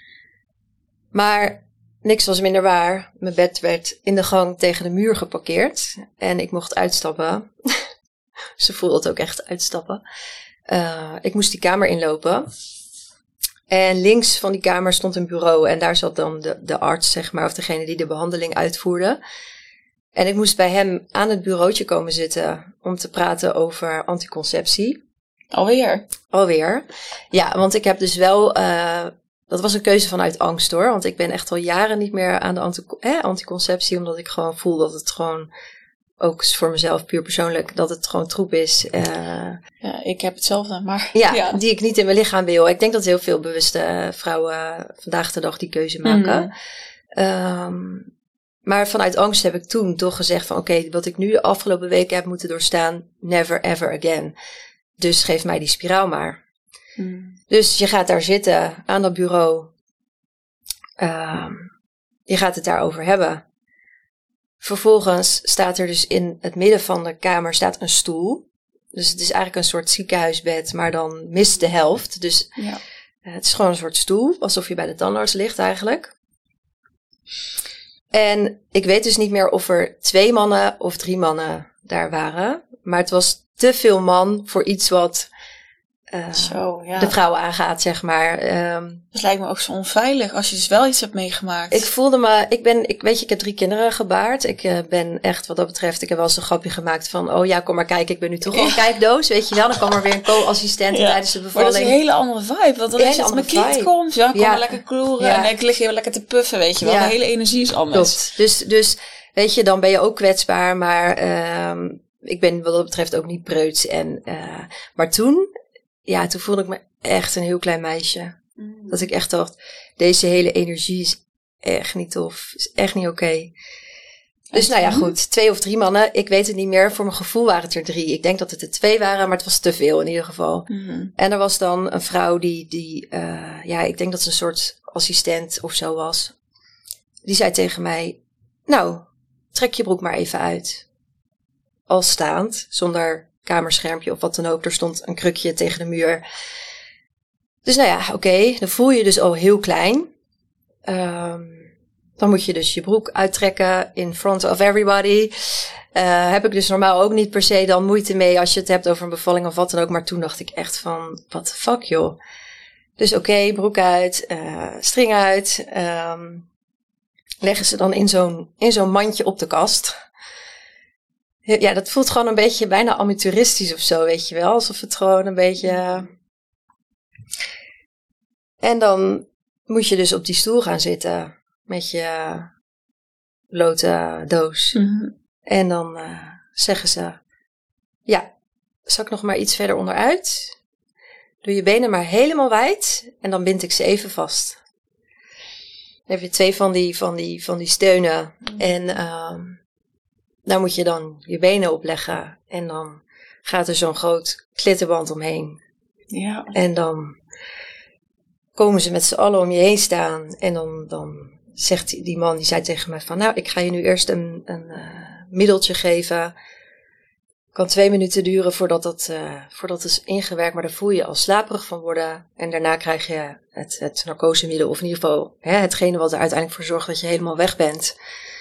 Maar niks was minder waar. Mijn bed werd in de gang tegen de muur geparkeerd. En ik mocht uitstappen. Ze voelde het ook echt uitstappen. Uh, ik moest die kamer inlopen. En links van die kamer stond een bureau. En daar zat dan de, de arts, zeg maar, of degene die de behandeling uitvoerde. En ik moest bij hem aan het bureautje komen zitten om te praten over anticonceptie. Alweer? Alweer. Ja, want ik heb dus wel... Uh, dat was een keuze vanuit angst hoor. Want ik ben echt al jaren niet meer aan de anti, eh, anticonceptie. Omdat ik gewoon voel dat het gewoon... Ook voor mezelf puur persoonlijk, dat het gewoon troep is. Uh, ja, ik heb hetzelfde, maar... Ja, ja, die ik niet in mijn lichaam wil. Ik denk dat heel veel bewuste vrouwen vandaag de dag die keuze maken. Mm-hmm. Um, maar vanuit angst heb ik toen toch gezegd van... Oké, okay, wat ik nu de afgelopen weken heb moeten doorstaan... Never ever again. Dus geef mij die spiraal maar. Mm. Dus je gaat daar zitten aan dat bureau. Um, je gaat het daarover hebben... Vervolgens staat er dus in het midden van de kamer staat een stoel. Dus het is eigenlijk een soort ziekenhuisbed, maar dan mist de helft. Dus ja. uh, het is gewoon een soort stoel, alsof je bij de tandarts ligt eigenlijk. En ik weet dus niet meer of er twee mannen of drie mannen daar waren. Maar het was te veel man voor iets wat uh, zo, ja. de vrouw aangaat, zeg maar. Um, dat lijkt me ook zo onveilig als je dus wel iets hebt meegemaakt. Ik voelde me, ik ben, ik weet je, ik heb drie kinderen gebaard. Ik uh, ben echt, wat dat betreft, ik heb wel eens een grapje gemaakt van, oh ja, kom maar kijken, ik ben nu toch al een ja. kijkdoos, weet je wel. Dan kwam er weer een co-assistent ja. tijdens de bevalling. Maar dat is een hele andere vibe, want dan is het mijn kind komt, ja, kom ja. maar lekker kloeren ja. en ik lig hier lekker te puffen, weet je wel. Ja. De hele energie is anders. Klopt. Dus, dus, weet je, dan ben je ook kwetsbaar, maar um, ik ben wat dat betreft ook niet preuts. En, uh, maar toen... Ja, toen voelde ik me echt een heel klein meisje. Mm. Dat ik echt dacht, deze hele energie is echt niet tof. Is echt niet oké. Okay. Dus nou ja, goed. Twee of drie mannen. Ik weet het niet meer. Voor mijn gevoel waren het er drie. Ik denk dat het er twee waren, maar het was te veel in ieder geval. Mm-hmm. En er was dan een vrouw die, die uh, ja, ik denk dat ze een soort assistent of zo was. Die zei tegen mij, nou, trek je broek maar even uit. Al staand, zonder kamerschermpje of wat dan ook. Er stond een krukje tegen de muur. Dus nou ja, oké. Okay, dan voel je je dus al heel klein. Um, dan moet je dus je broek uittrekken in front of everybody. Uh, heb ik dus normaal ook niet per se dan moeite mee als je het hebt over een bevalling of wat dan ook. Maar toen dacht ik echt van, what the fuck joh. Dus oké, okay, broek uit, uh, string uit. Um, leggen ze dan in zo'n, in zo'n mandje op de kast. Ja, dat voelt gewoon een beetje bijna amateuristisch of zo, weet je wel. Alsof het gewoon een beetje... En dan moet je dus op die stoel gaan zitten met je blote doos. Mm-hmm. En dan uh, zeggen ze, ja, zak nog maar iets verder onderuit. Doe je benen maar helemaal wijd en dan bind ik ze even vast. Dan heb je twee van die, van die, van die steunen. Mm-hmm. En um, daar moet je dan je benen op leggen. En dan gaat er zo'n groot klittenband omheen. Ja. En dan komen ze met z'n allen om je heen staan. En dan, dan zegt die, die man, die zei tegen mij van... Nou, ik ga je nu eerst een, een uh, middeltje geven. Kan twee minuten duren voordat dat, uh, voordat het is ingewerkt. Maar daar voel je je al slaperig van worden. En daarna krijg je het, het narcosemiddel. Of in ieder geval hè, hetgene wat er uiteindelijk voor zorgt dat je helemaal weg bent.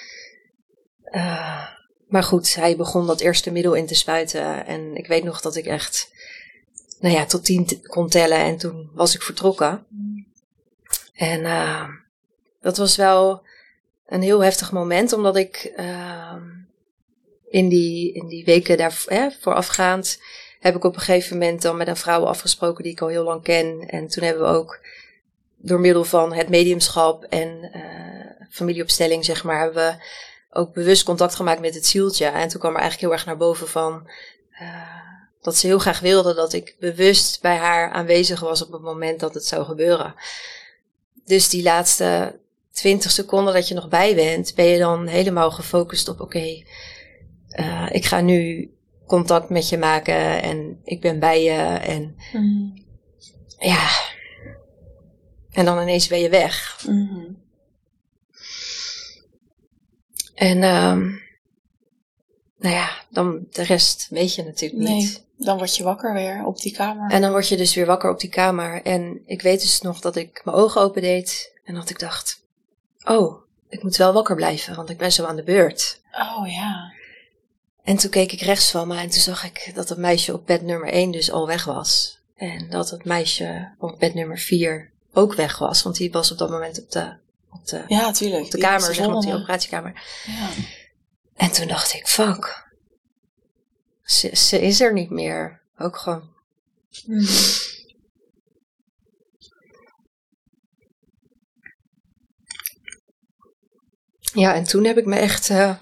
Uh, maar goed, hij begon dat eerste middel in te spuiten. En ik weet nog dat ik echt... Nou ja, tot tien t- kon tellen en toen was ik vertrokken. En uh, dat was wel een heel heftig moment, omdat ik uh, in, die, in die weken daar eh, voorafgaand heb ik op een gegeven moment dan met een vrouw afgesproken die ik al heel lang ken. En toen hebben we ook door middel van het mediumschap en uh, familieopstelling, zeg maar, hebben we ook bewust contact gemaakt met het zieltje. En toen kwam er eigenlijk heel erg naar boven van... Uh, dat ze heel graag wilde dat ik bewust bij haar aanwezig was op het moment dat het zou gebeuren. Dus die laatste twintig seconden dat je nog bij bent, ben je dan helemaal gefocust op oké, okay, uh, ik ga nu contact met je maken en ik ben bij je en mm-hmm. ja. En dan ineens ben je weg. Mm-hmm. En um, nou ja, dan de rest weet je natuurlijk niet. Nee. Dan word je wakker weer op die kamer. En dan word je dus weer wakker op die kamer. En ik weet dus nog dat ik mijn ogen opendeed. En dat ik dacht, oh, ik moet wel wakker blijven. Want ik ben zo aan de beurt. Oh ja. En toen keek ik rechts van me. En toen zag ik dat het meisje op bed nummer één dus al weg was. En dat het meisje op bed nummer vier ook weg was. Want die was op dat moment op de, op de, ja, tuurlijk. op de kamer, zeg maar, op die operatiekamer. Ja. En toen dacht ik, fuck. Ze, ze is er niet meer. Ook gewoon. Mm. Ja, en toen heb ik me echt... Uh,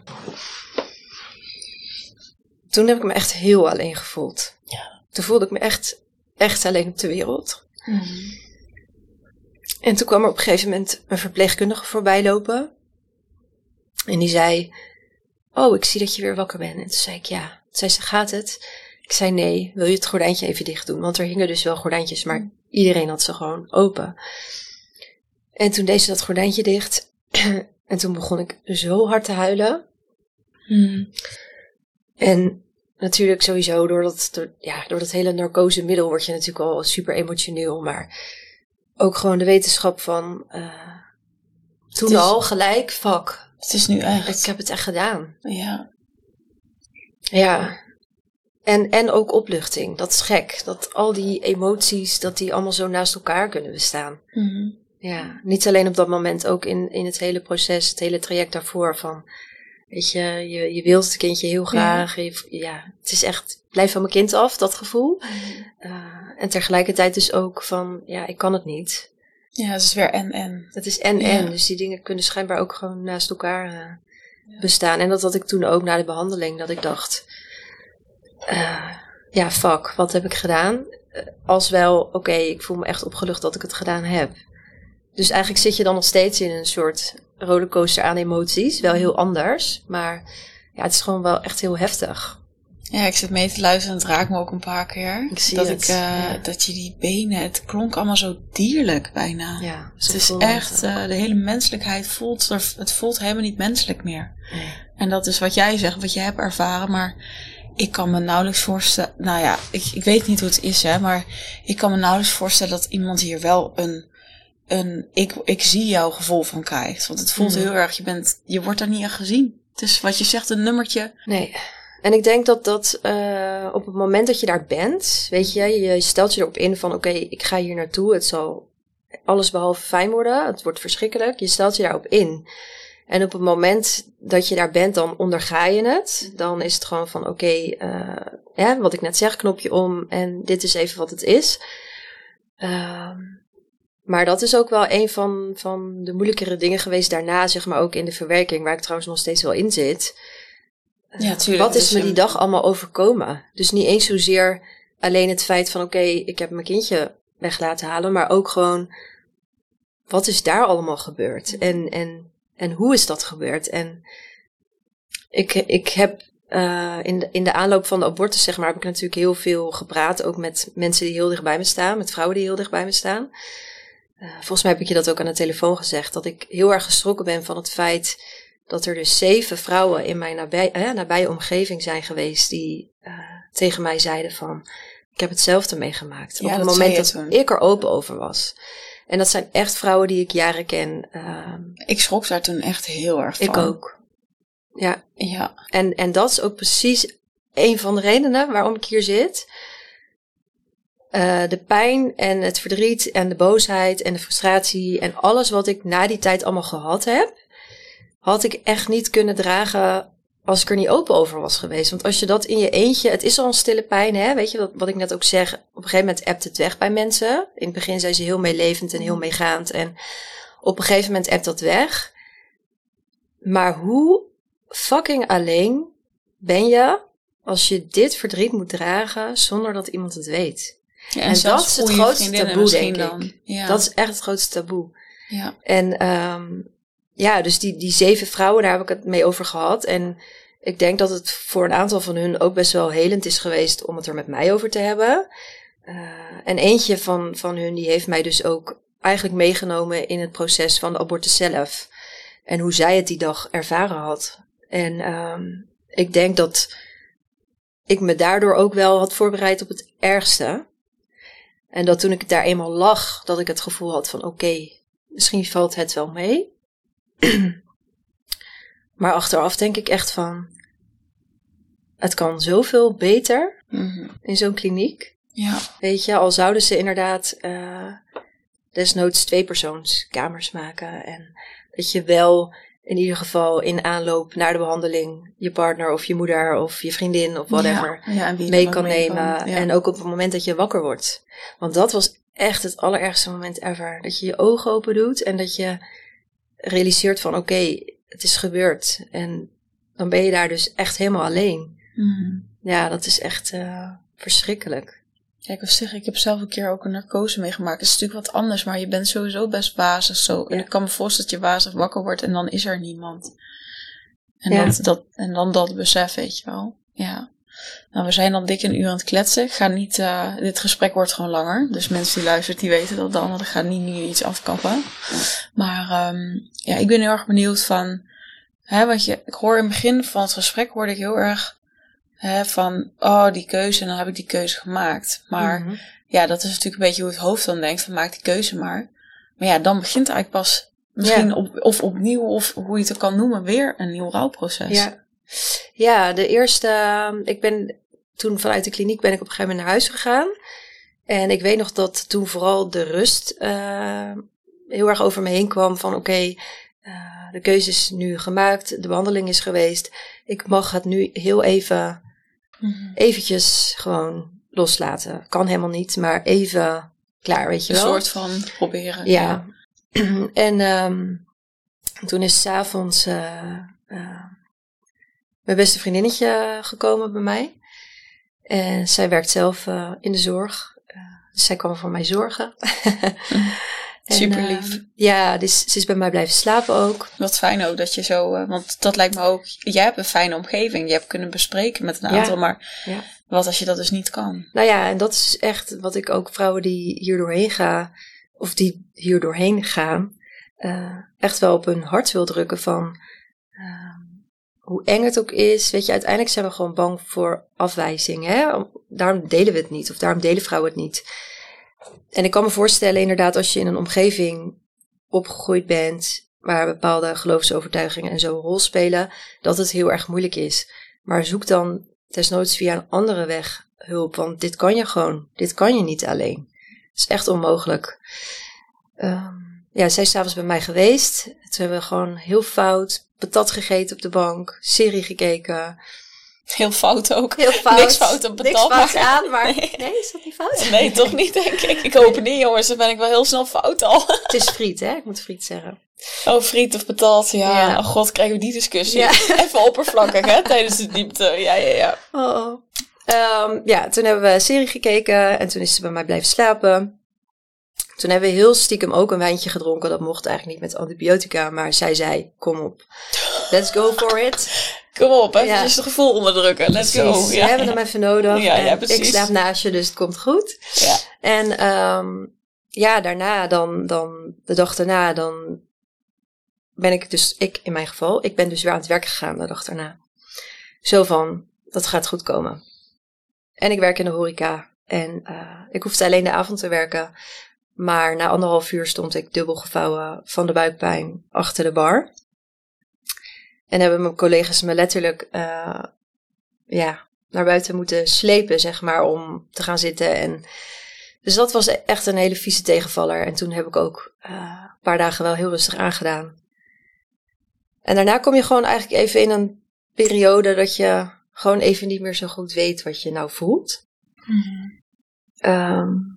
toen heb ik me echt heel alleen gevoeld. Ja. Toen voelde ik me echt, echt alleen op de wereld. Mm. En toen kwam er op een gegeven moment een verpleegkundige voorbij lopen. En die zei... Oh, ik zie dat je weer wakker bent. En toen zei ik, ja. Toen zei ze, gaat het? Ik zei, nee, wil je het gordijntje even dicht doen? Want er hingen dus wel gordijntjes, maar iedereen had ze gewoon open. En toen deed ze dat gordijntje dicht. En toen begon ik zo hard te huilen. Mm. En natuurlijk sowieso, door dat, door, ja, door dat hele narcosemiddel word je natuurlijk al super emotioneel. Maar ook gewoon de wetenschap van... Uh, toen is, al gelijk, fuck. Het is nu echt. Ik heb het echt gedaan. Ja. Ja. En, en ook opluchting. Dat is gek. Dat al die emoties, dat die allemaal zo naast elkaar kunnen bestaan. Mm-hmm. Ja. Niet alleen op dat moment, ook in, in het hele proces, het hele traject daarvoor van... Weet je, je, je wilt het kindje heel graag. Ja. Je, ja, het is echt, blijf van mijn kind af, dat gevoel. Mm-hmm. Uh, en tegelijkertijd dus ook van, ja, ik kan het niet. Ja, het is weer en-en. Het is en-en. Ja. Dus die dingen kunnen schijnbaar ook gewoon naast elkaar uh, ja. bestaan. En dat had ik toen ook na de behandeling, dat ik dacht... Uh, ja, fuck, wat heb ik gedaan? Uh, als wel, oké, okay, ik voel me echt opgelucht dat ik het gedaan heb. Dus eigenlijk zit je dan nog steeds in een soort rollercoaster aan emoties. Wel heel anders. Maar ja, het is gewoon wel echt heel heftig. Ja, ik zit mee te luisteren en het raakt me ook een paar keer. Ik zie dat het. Ik, uh, ja. dat je die benen, het klonk allemaal zo dierlijk bijna. Ja, het is echt, uh, de hele menselijkheid voelt, het voelt helemaal niet menselijk meer. Nee. En dat is wat jij zegt, wat jij hebt ervaren. Maar ik kan me nauwelijks voorstellen, nou ja, ik, ik weet niet hoe het is, hè. Maar ik kan me nauwelijks voorstellen dat iemand hier wel een, een ik, ik zie jouw gevoel van krijgt. Want het voelt mm. heel erg, je bent, je wordt daar niet aan gezien. Het is wat je zegt, een nummertje. Nee. En ik denk dat dat uh, op het moment dat je daar bent, weet je, je stelt je erop in van oké, okay, ik ga hier naartoe, het zal alles behalve fijn worden, het wordt verschrikkelijk, je stelt je daarop in. En op het moment dat je daar bent, dan onderga je het. Dan is het gewoon van oké, okay, uh, ja, wat ik net zeg, knopje om en dit is even wat het is. Uh, maar dat is ook wel een van, van de moeilijkere dingen geweest daarna, zeg maar ook in de verwerking, waar ik trouwens nog steeds wel in zit. Ja, tuurlijk, wat is me die dag allemaal overkomen? Dus niet eens zozeer alleen het feit van oké, okay, ik heb mijn kindje weg laten halen, maar ook gewoon wat is daar allemaal gebeurd? En, en, en hoe is dat gebeurd? En ik, ik heb uh, in, de, in de aanloop van de abortus, zeg maar, heb ik natuurlijk heel veel gepraat, ook met mensen die heel dicht bij me staan, met vrouwen die heel dicht bij me staan. Uh, volgens mij heb ik je dat ook aan de telefoon gezegd, dat ik heel erg geschrokken ben van het feit dat er dus zeven vrouwen in mijn nabij, eh, nabije omgeving zijn geweest die uh, tegen mij zeiden van, ik heb hetzelfde meegemaakt. Ja, op het moment dat toen. ik er open over was. En dat zijn echt vrouwen die ik jaren ken. Uh, ik schrok daar toen echt heel erg van. Ik ook. Ja. ja. En, en dat is ook precies een van de redenen waarom ik hier zit. Uh, de pijn en het verdriet en de boosheid en de frustratie en alles wat ik na die tijd allemaal gehad heb, had ik echt niet kunnen dragen als ik er niet open over was geweest. Want als je dat in je eentje, het is al een stille pijn, hè? Weet je wat, wat ik net ook zeg, op een gegeven moment appt het weg bij mensen. In het begin zijn ze heel meelevend en heel meegaand en op een gegeven moment appt dat weg. Maar hoe fucking alleen ben je als je dit verdriet moet dragen zonder dat iemand het weet? Ja, en en dat is het grootste taboe, denk dan. ik. Ja. Dat is echt het grootste taboe. Ja. En um, ja, dus die, die zeven vrouwen, daar heb ik het mee over gehad. En ik denk dat het voor een aantal van hun ook best wel helend is geweest om het er met mij over te hebben. Uh, en eentje van, van hun, die heeft mij dus ook eigenlijk meegenomen in het proces van de abortus zelf. En hoe zij het die dag ervaren had. En um, ik denk dat ik me daardoor ook wel had voorbereid op het ergste. En dat toen ik daar eenmaal lag, dat ik het gevoel had van oké, okay, misschien valt het wel mee. Maar achteraf denk ik echt van, het kan zoveel beter mm-hmm. in zo'n kliniek. Ja. Weet je, al zouden ze inderdaad uh, desnoods tweepersoonskamers maken. En dat je wel in ieder geval in aanloop naar de behandeling je partner of je moeder of je vriendin of whatever ja, ja, mee kan mee nemen. Kan, ja. En ook op het moment dat je wakker wordt. Want dat was echt het allerergste moment ever. Dat je je ogen open doet en dat je realiseert van oké, okay, het is gebeurd. En dan ben je daar dus echt helemaal alleen. Mm. Ja, dat is echt uh, verschrikkelijk. Ja, ik wil zeggen, ik heb zelf een keer ook een narcose meegemaakt. Het is natuurlijk wat anders, maar je bent sowieso best wazig zo. Ja. En ik kan me voorstellen dat je wazig wakker wordt en dan is er niemand. En, ja. dat, dat, en dan dat besef, weet je wel. Ja. Nou, we zijn al dik een uur aan het kletsen. Ik ga niet, uh, dit gesprek wordt gewoon langer. Dus mensen die luisteren, die weten dat dan. Want ik ga niet nu iets afkappen. Maar um, ja, ik ben heel erg benieuwd van, hè, want je, ik hoor in het begin van het gesprek hoorde ik heel erg hè, van, oh, die keuze, en dan heb ik die keuze gemaakt. Maar mm-hmm. ja, dat is natuurlijk een beetje hoe het hoofd dan denkt, van maak die keuze maar. Maar ja, dan begint eigenlijk pas misschien ja. op, of opnieuw, of hoe je het kan noemen, weer een nieuw rouwproces. Ja. Ja, de eerste, uh, ik ben toen vanuit de kliniek ben ik op een gegeven moment naar huis gegaan. En ik weet nog dat toen vooral de rust uh, heel erg over me heen kwam van oké, okay, uh, de keuze is nu gemaakt, de behandeling is geweest. Ik mag het nu heel even, mm-hmm. eventjes gewoon loslaten. Kan helemaal niet, maar even klaar, weet je een wel. Een soort van proberen. Ja. ja. En um, toen is 's avonds uh, uh, mijn beste vriendinnetje gekomen bij mij. En zij werkt zelf uh, in de zorg. Uh, dus zij kwam voor mij zorgen. mm. Super lief. Uh, ja, dus ze is bij mij blijven slapen ook. Wat fijn ook dat je zo... Uh, want dat lijkt me ook... Jij hebt een fijne omgeving. Je hebt kunnen bespreken met een aantal. Ja. Maar ja. Wat als je dat dus niet kan? Nou ja, en dat is echt wat ik ook vrouwen die hier doorheen gaan... of die hier doorheen gaan... Uh, echt wel op hun hart wil drukken van... Uh, hoe eng het ook is. Weet je, uiteindelijk zijn we gewoon bang voor afwijzing. Hè? Daarom delen we het niet. Of daarom delen vrouwen het niet. En ik kan me voorstellen inderdaad als je in een omgeving opgegroeid bent... waar bepaalde geloofsovertuigingen en zo een rol spelen... dat het heel erg moeilijk is. Maar zoek dan desnoods via een andere weg hulp. Want dit kan je gewoon. Dit kan je niet alleen. Het is echt onmogelijk. Um, ja, zij is 's avonds bij mij geweest. Toen hebben we gewoon heel fout... patat gegeten op de bank, serie gekeken. Heel fout ook. Heel fout. Niks fout op patat. Niks fout aan, maar... Nee. nee, is dat niet fout? Nee, toch niet, denk ik. Ik hoop het niet, jongens. Dan ben ik wel heel snel fout al. Het is friet, hè? Ik moet friet zeggen. Oh, friet of patat, ja. ja. Oh god, krijgen we die discussie. Ja. Even oppervlakkig, hè, tijdens de diepte. Ja, ja, ja. Oh, oh. Um, ja, toen hebben we serie gekeken en toen is ze bij mij blijven slapen. Toen hebben we heel stiekem ook een wijntje gedronken. Dat mocht eigenlijk niet met antibiotica. Maar zij zei, kom op. Let's go for it. Kom op, even ja. het gevoel onderdrukken. Let's precies. go. We ja, hebben ja. hem even nodig. Ja, en ja, precies. ik slaap naast je, dus het komt goed. Ja. En um, ja, daarna, dan, dan, de dag daarna, dan ben ik dus, ik in mijn geval, ik ben dus weer aan het werk gegaan de dag daarna. Zo van, dat gaat goed komen. En ik werk in de horeca. En uh, ik hoefde alleen de avond te werken. Maar na anderhalf uur stond ik dubbel gevouwen van de buikpijn achter de bar. En hebben mijn collega's me letterlijk uh, ja, naar buiten moeten slepen, zeg maar, om te gaan zitten. En dus dat was echt een hele vieze tegenvaller. En toen heb ik ook uh, een paar dagen wel heel rustig aangedaan. En daarna kom je gewoon eigenlijk even in een periode dat je gewoon even niet meer zo goed weet wat je nou voelt. Mm-hmm. Um,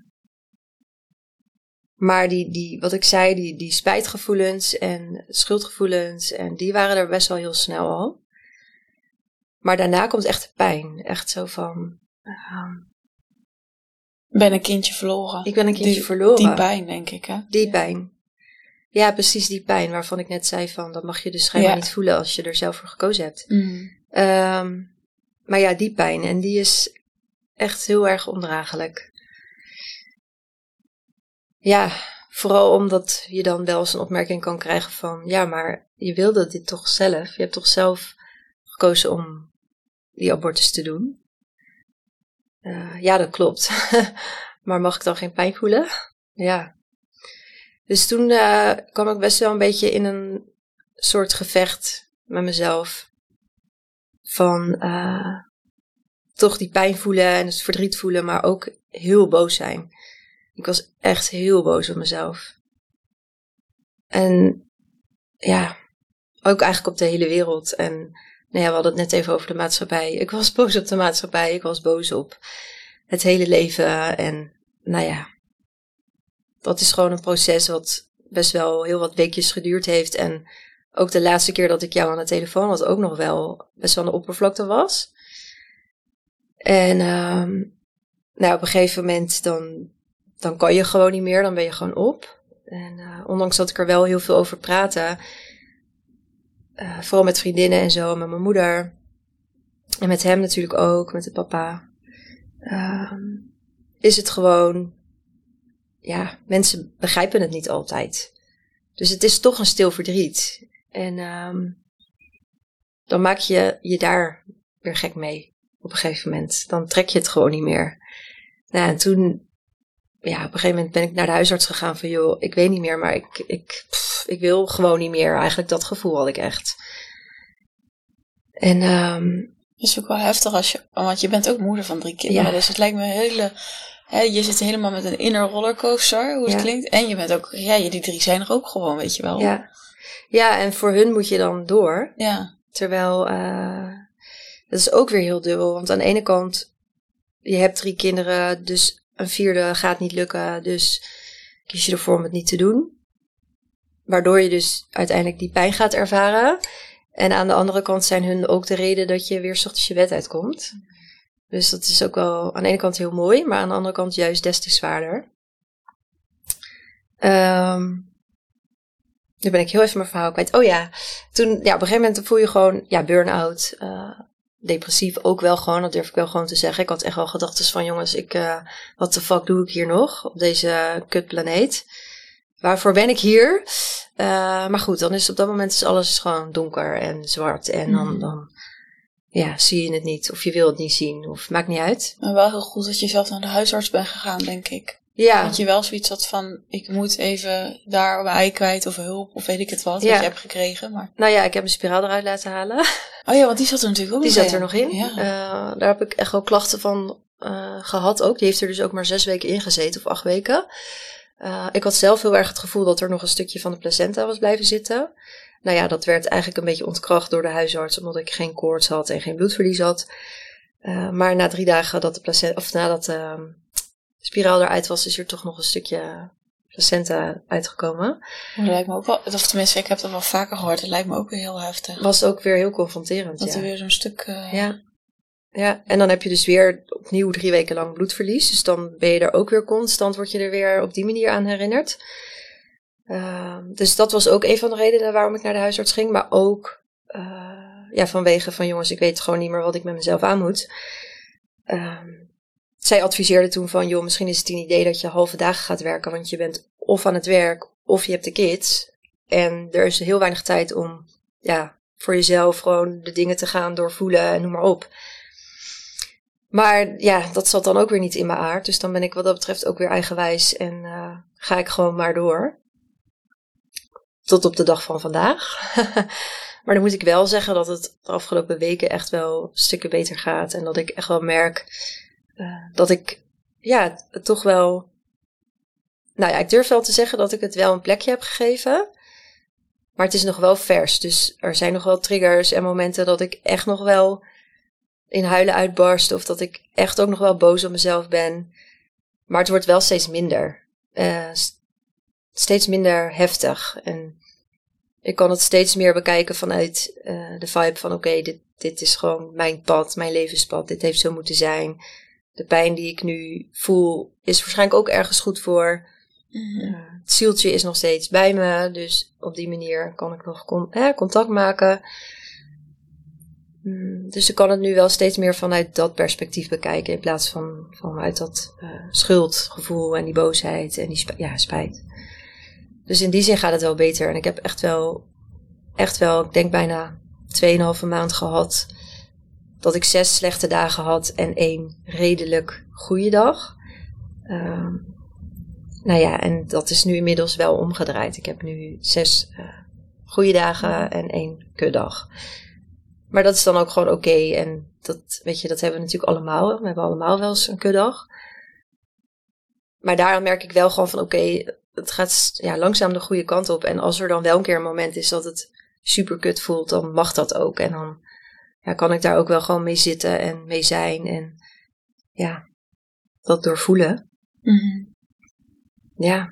Maar die, die, wat ik zei, die, die spijtgevoelens en schuldgevoelens, en die waren er best wel heel snel al. Maar daarna komt echt de pijn. Echt zo van... Um, ben een kindje verloren. Ik ben een kindje die, verloren. Die pijn, denk ik, hè? Die ja. pijn. Ja, precies die pijn waarvan ik net zei van... dat mag je dus schijnbaar ja. niet voelen als je er zelf voor gekozen hebt. Mm. Um, maar ja, die pijn. En die is echt heel erg ondraaglijk. Ja, vooral omdat je dan wel eens een opmerking kan krijgen van... ja, maar je wilde dit toch zelf? Je hebt toch zelf gekozen om die abortus te doen? Uh, ja, dat klopt. Maar mag ik dan geen pijn voelen? Ja. Dus toen uh, kwam ik best wel een beetje in een soort gevecht met mezelf. Van uh, toch die pijn voelen en het verdriet voelen, maar ook heel boos zijn. Ik was echt heel boos op mezelf. En ja, ook eigenlijk op de hele wereld. En nou ja, we hadden het net even over de maatschappij. Ik was boos op de maatschappij. Ik was boos op het hele leven. En nou ja, dat is gewoon een proces wat best wel heel wat weekjes geduurd heeft. En ook de laatste keer dat ik jou aan de telefoon had ook nog wel best wel aan de oppervlakte was. En um, nou, op een gegeven moment dan... Dan kan je gewoon niet meer, dan ben je gewoon op. En uh, ondanks dat ik er wel heel veel over praatte. Uh, vooral met vriendinnen en zo, met mijn moeder. En met hem natuurlijk ook, met de papa. Uh, is het gewoon... Ja, mensen begrijpen het niet altijd. Dus het is toch een stil verdriet. En um, dan maak je je daar weer gek mee. Op een gegeven moment. Dan trek je het gewoon niet meer. Nou, en toen... Ja, op een gegeven moment ben ik naar de huisarts gegaan van... joh, ik weet niet meer, maar ik, ik, pff, ik wil gewoon niet meer. Eigenlijk dat gevoel had ik echt. En... Um, het is ook wel heftig als je... Want je bent ook moeder van drie kinderen. Ja. Dus het lijkt me een hele... Hè, je zit helemaal met een inner rollercoaster, hoe het ja. klinkt. En je bent ook... Ja, die drie zijn er ook gewoon, weet je wel. Ja, ja, en voor hun moet je dan door. Ja. Terwijl... Uh, dat is ook weer heel dubbel. Want aan de ene kant... Je hebt drie kinderen, dus... Een vierde gaat niet lukken, dus kies je ervoor om het niet te doen. Waardoor je dus uiteindelijk die pijn gaat ervaren. En aan de andere kant zijn hun ook de reden dat je weer 's ochtends je bed uitkomt. Dus dat is ook wel aan de ene kant heel mooi, maar aan de andere kant juist des te zwaarder. Um, nu ben ik heel even mijn verhaal kwijt. Oh ja, toen, ja, op een gegeven moment voel je gewoon, ja, burn-out, uh, depressief ook wel gewoon, dat durf ik wel gewoon te zeggen. Ik had echt wel gedachten van, jongens, ik, uh, wat de fuck doe ik hier nog op deze kutplaneet? Waarvoor ben ik hier? Uh, maar goed, dan is op dat moment is alles gewoon donker en zwart. En dan, mm. dan ja, zie je het niet. Of je wil het niet zien. Of maakt niet uit. Maar wel heel goed dat je zelf naar de huisarts bent gegaan, denk ik. Ja. Dat je wel zoiets had van, ik moet even daar mijn ei kwijt of hulp of weet ik het wat. Ja. Wat je hebt gekregen. Maar... Nou ja, ik heb een spiraal eruit laten halen. Oh ja, want die zat er natuurlijk ook die nog in. Die zat er nog in. Ja. Uh, daar heb ik echt wel klachten van uh, gehad ook. Die heeft er dus ook maar zes weken in gezeten of acht weken. Uh, ik had zelf heel erg het gevoel dat er nog een stukje van de placenta was blijven zitten. Nou ja, dat werd eigenlijk een beetje ontkracht door de huisarts, omdat ik geen koorts had en geen bloedverlies had. Uh, maar na drie dagen dat de placenta, of nadat de spiraal eruit was, is er toch nog een stukje placenta uitgekomen. Dat lijkt me ook wel, of tenminste, ik heb dat wel vaker gehoord, het lijkt me ook weer heel heftig. Was ook weer heel confronterend, dat ja. er weer zo'n stuk... Uh... Ja. Ja, en dan heb je dus weer opnieuw drie weken lang bloedverlies. Dus dan ben je er ook weer constant, word je er weer op die manier aan herinnerd. Uh, dus dat was ook een van de redenen waarom ik naar de huisarts ging. Maar ook uh, ja, vanwege van jongens, ik weet gewoon niet meer wat ik met mezelf aan moet. Uh, zij adviseerde toen van, joh, misschien is het een idee dat je halve dagen gaat werken. Want je bent of aan het werk of je hebt de kids. En er is heel weinig tijd om ja, voor jezelf gewoon de dingen te gaan doorvoelen en noem maar op. Maar ja, dat zat dan ook weer niet in mijn aard. Dus dan ben ik wat dat betreft ook weer eigenwijs. En uh, ga ik gewoon maar door. Tot op de dag van vandaag. Maar dan moet ik wel zeggen dat het de afgelopen weken echt wel stukken beter gaat. En dat ik echt wel merk uh, dat ik ja, het toch wel... Nou ja, ik durf wel te zeggen dat ik het wel een plekje heb gegeven. Maar het is nog wel vers. Dus er zijn nog wel triggers en momenten dat ik echt nog wel... in huilen uitbarst of dat ik echt ook nog wel boos op mezelf ben. Maar het wordt wel steeds minder. Uh, st- steeds minder heftig. En ik kan het steeds meer bekijken vanuit uh, de vibe van oké, okay, dit, dit is gewoon mijn pad, mijn levenspad. Dit heeft zo moeten zijn. De pijn die ik nu voel is waarschijnlijk ook ergens goed voor. Mm-hmm. Uh, het zieltje is nog steeds bij me. Dus op die manier kan ik nog con- eh, contact maken. Dus ik kan het nu wel steeds meer vanuit dat perspectief bekijken. In plaats van vanuit dat uh, schuldgevoel en die boosheid en die sp- ja, spijt. Dus in die zin gaat het wel beter. En ik heb echt wel, echt wel, ik denk bijna tweeënhalve maand gehad. Dat ik zes slechte dagen had en één redelijk goede dag. Uh, nou ja, en dat is nu inmiddels wel omgedraaid. Ik heb nu zes uh, goede dagen en één kutdag. Maar dat is dan ook gewoon oké. Okay. En dat, weet je, dat hebben we natuurlijk allemaal. We hebben allemaal wel eens een kutdag. Maar daarom merk ik wel gewoon van oké, okay, het gaat ja, langzaam de goede kant op. En als er dan wel een keer een moment is dat het super kut voelt, dan mag dat ook. En dan ja, kan ik daar ook wel gewoon mee zitten en mee zijn. En ja, dat doorvoelen. Mm-hmm. Ja.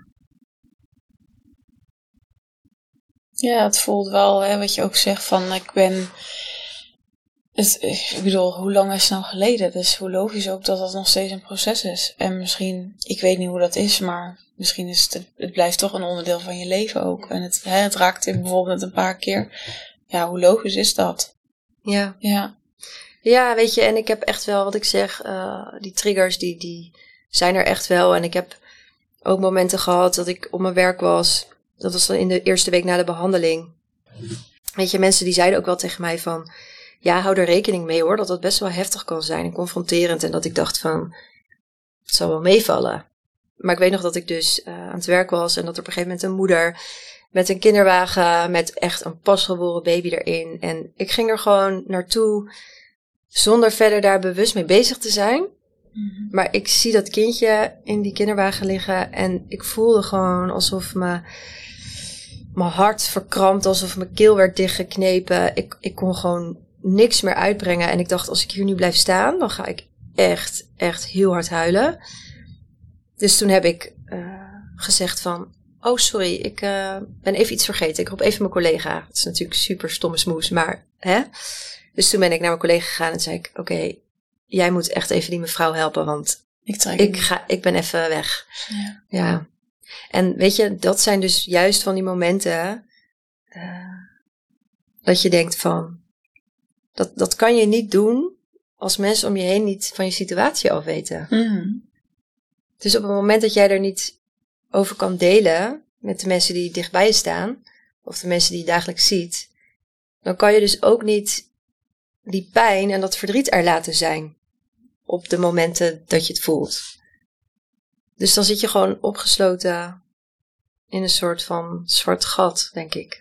Ja, het voelt wel, hè, wat je ook zegt van ik ben... Het, ik bedoel, hoe lang is het nou geleden? Dus hoe logisch ook dat dat nog steeds een proces is. En misschien, ik weet niet hoe dat is, maar misschien is het, het blijft toch een onderdeel van je leven ook. En het, hè, het raakt in bijvoorbeeld een paar keer. Ja, hoe logisch is dat? Ja. Ja. Ja, weet je, en ik heb echt wel, wat ik zeg, uh, die triggers, die, die zijn er echt wel. En ik heb ook momenten gehad dat ik op mijn werk was. Dat was dan in de eerste week na de behandeling. Weet je, mensen die zeiden ook wel tegen mij van... Ja, hou er rekening mee hoor, dat dat best wel heftig kan zijn en confronterend. En dat ik dacht van, het zal wel meevallen. Maar ik weet nog dat ik dus uh, aan het werk was en dat er op een gegeven moment een moeder met een kinderwagen met echt een pasgeboren baby erin. En ik ging er gewoon naartoe zonder verder daar bewust mee bezig te zijn. Mm-hmm. Maar ik zie dat kindje in die kinderwagen liggen en ik voelde gewoon alsof mijn, mijn hart verkrampt, alsof mijn keel werd dichtgeknepen. Ik, ik kon gewoon niks meer uitbrengen. En ik dacht, als ik hier nu blijf staan, dan ga ik echt, echt heel hard huilen. Dus toen heb ik uh, gezegd van, oh sorry, ik uh, ben even iets vergeten. Ik roep even mijn collega. Het is natuurlijk super stomme smoes, maar hè. Dus toen ben ik naar mijn collega gegaan en zei ik, oké, okay, jij moet echt even die mevrouw helpen, want ik, ik, ga, ik ben even weg. Ja. Ja. En weet je, dat zijn dus juist van die momenten uh, dat je denkt van, dat, dat kan je niet doen als mensen om je heen niet van je situatie af weten. Mm. Dus op het moment dat jij er niet over kan delen met de mensen die dichtbij je staan, of de mensen die je dagelijks ziet, dan kan je dus ook niet die pijn en dat verdriet er laten zijn op de momenten dat je het voelt. Dus dan zit je gewoon opgesloten in een soort van zwart gat, denk ik.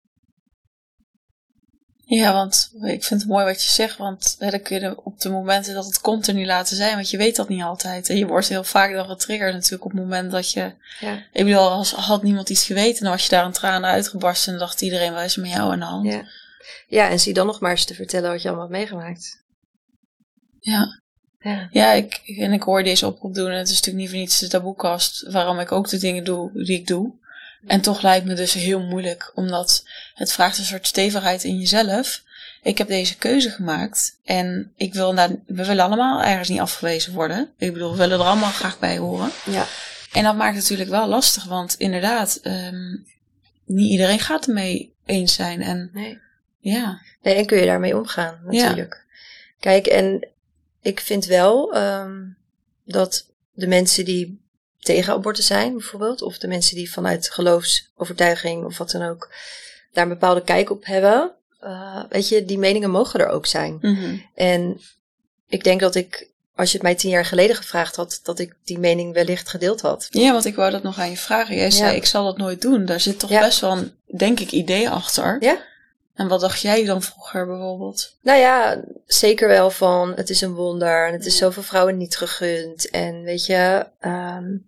Ja, want ik vind het mooi wat je zegt, want hè, dan kun je op de momenten dat het komt er niet laten zijn, want je weet dat niet altijd. En je wordt heel vaak dan getriggerd natuurlijk op het moment dat je... Ja. Ik bedoel, als had niemand iets geweten, dan was je daar een tranen uitgebarsten en dacht iedereen, wat is er met jou aan de hand? Ja. Ja, en zie dan nog maar eens te vertellen wat je allemaal hebt meegemaakt. Ja. Ja, ja ik, en ik hoor deze oproep doen en het is natuurlijk niet voor niets de taboekast, waarom ik ook de dingen doe die ik doe. En toch lijkt me dus heel moeilijk, omdat het vraagt een soort stevigheid in jezelf. Ik heb deze keuze gemaakt en ik wil daar, we willen allemaal ergens niet afgewezen worden. Ik bedoel, we willen er allemaal graag bij horen. Ja. En dat maakt het natuurlijk wel lastig, want inderdaad, um, niet iedereen gaat ermee eens zijn. En nee. Ja. Nee, en kun je daarmee omgaan, natuurlijk. Ja. Kijk, en ik vind wel um, dat de mensen die tegen abortus zijn, bijvoorbeeld, of de mensen die vanuit geloofsovertuiging of wat dan ook, daar een bepaalde kijk op hebben, uh, weet je, die meningen mogen er ook zijn. Mm-hmm. En ik denk dat ik, als je het mij tien jaar geleden gevraagd had, dat ik die mening wellicht gedeeld had. Ja, want ik wou dat nog aan je vragen. Jij zei, ja. ik zal dat nooit doen. Daar zit toch ja. best wel een, denk ik, idee achter. Ja. En wat dacht jij dan vroeger bijvoorbeeld? Nou ja, zeker wel van, het is een wonder en het is zoveel vrouwen niet gegund. En weet je, um,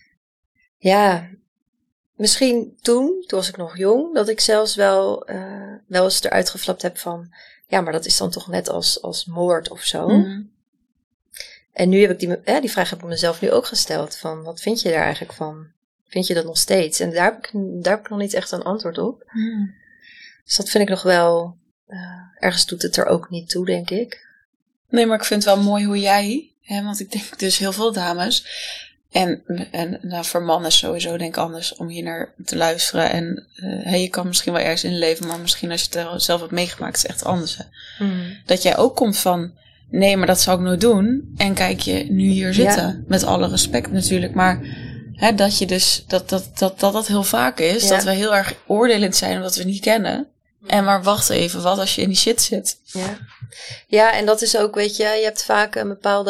ja, misschien toen, toen was ik nog jong, dat ik zelfs wel, uh, wel eens eruit geflapt heb van, ja, maar dat is dan toch net als, als moord of zo. Mm-hmm. En nu heb ik die, ja, die vraag heb ik mezelf nu ook gesteld, van wat vind je daar eigenlijk van? Vind je dat nog steeds? En daar heb ik, daar heb ik nog niet echt een antwoord op. Mm. Dus dat vind ik nog wel, uh, ergens doet het er ook niet toe, denk ik. Nee, maar ik vind het wel mooi hoe jij, hè, want ik denk dus heel veel dames, en, en nou, voor mannen sowieso denk ik anders om hier naar te luisteren. En uh, hey, je kan misschien wel ergens inleven, maar misschien als je het zelf hebt meegemaakt, is het echt anders. Hè? Mm. Dat jij ook komt van, nee, maar dat zou ik nooit doen. En kijk je nu hier zitten, ja. Met alle respect natuurlijk, maar hè, dat je dus, dat dat, dat, dat dat heel vaak is, ja. Dat we heel erg oordelend zijn omdat we het niet kennen. En maar wacht even, wat als je in die shit zit? Ja, ja, en dat is ook, weet je, je hebt vaak een bepaalde,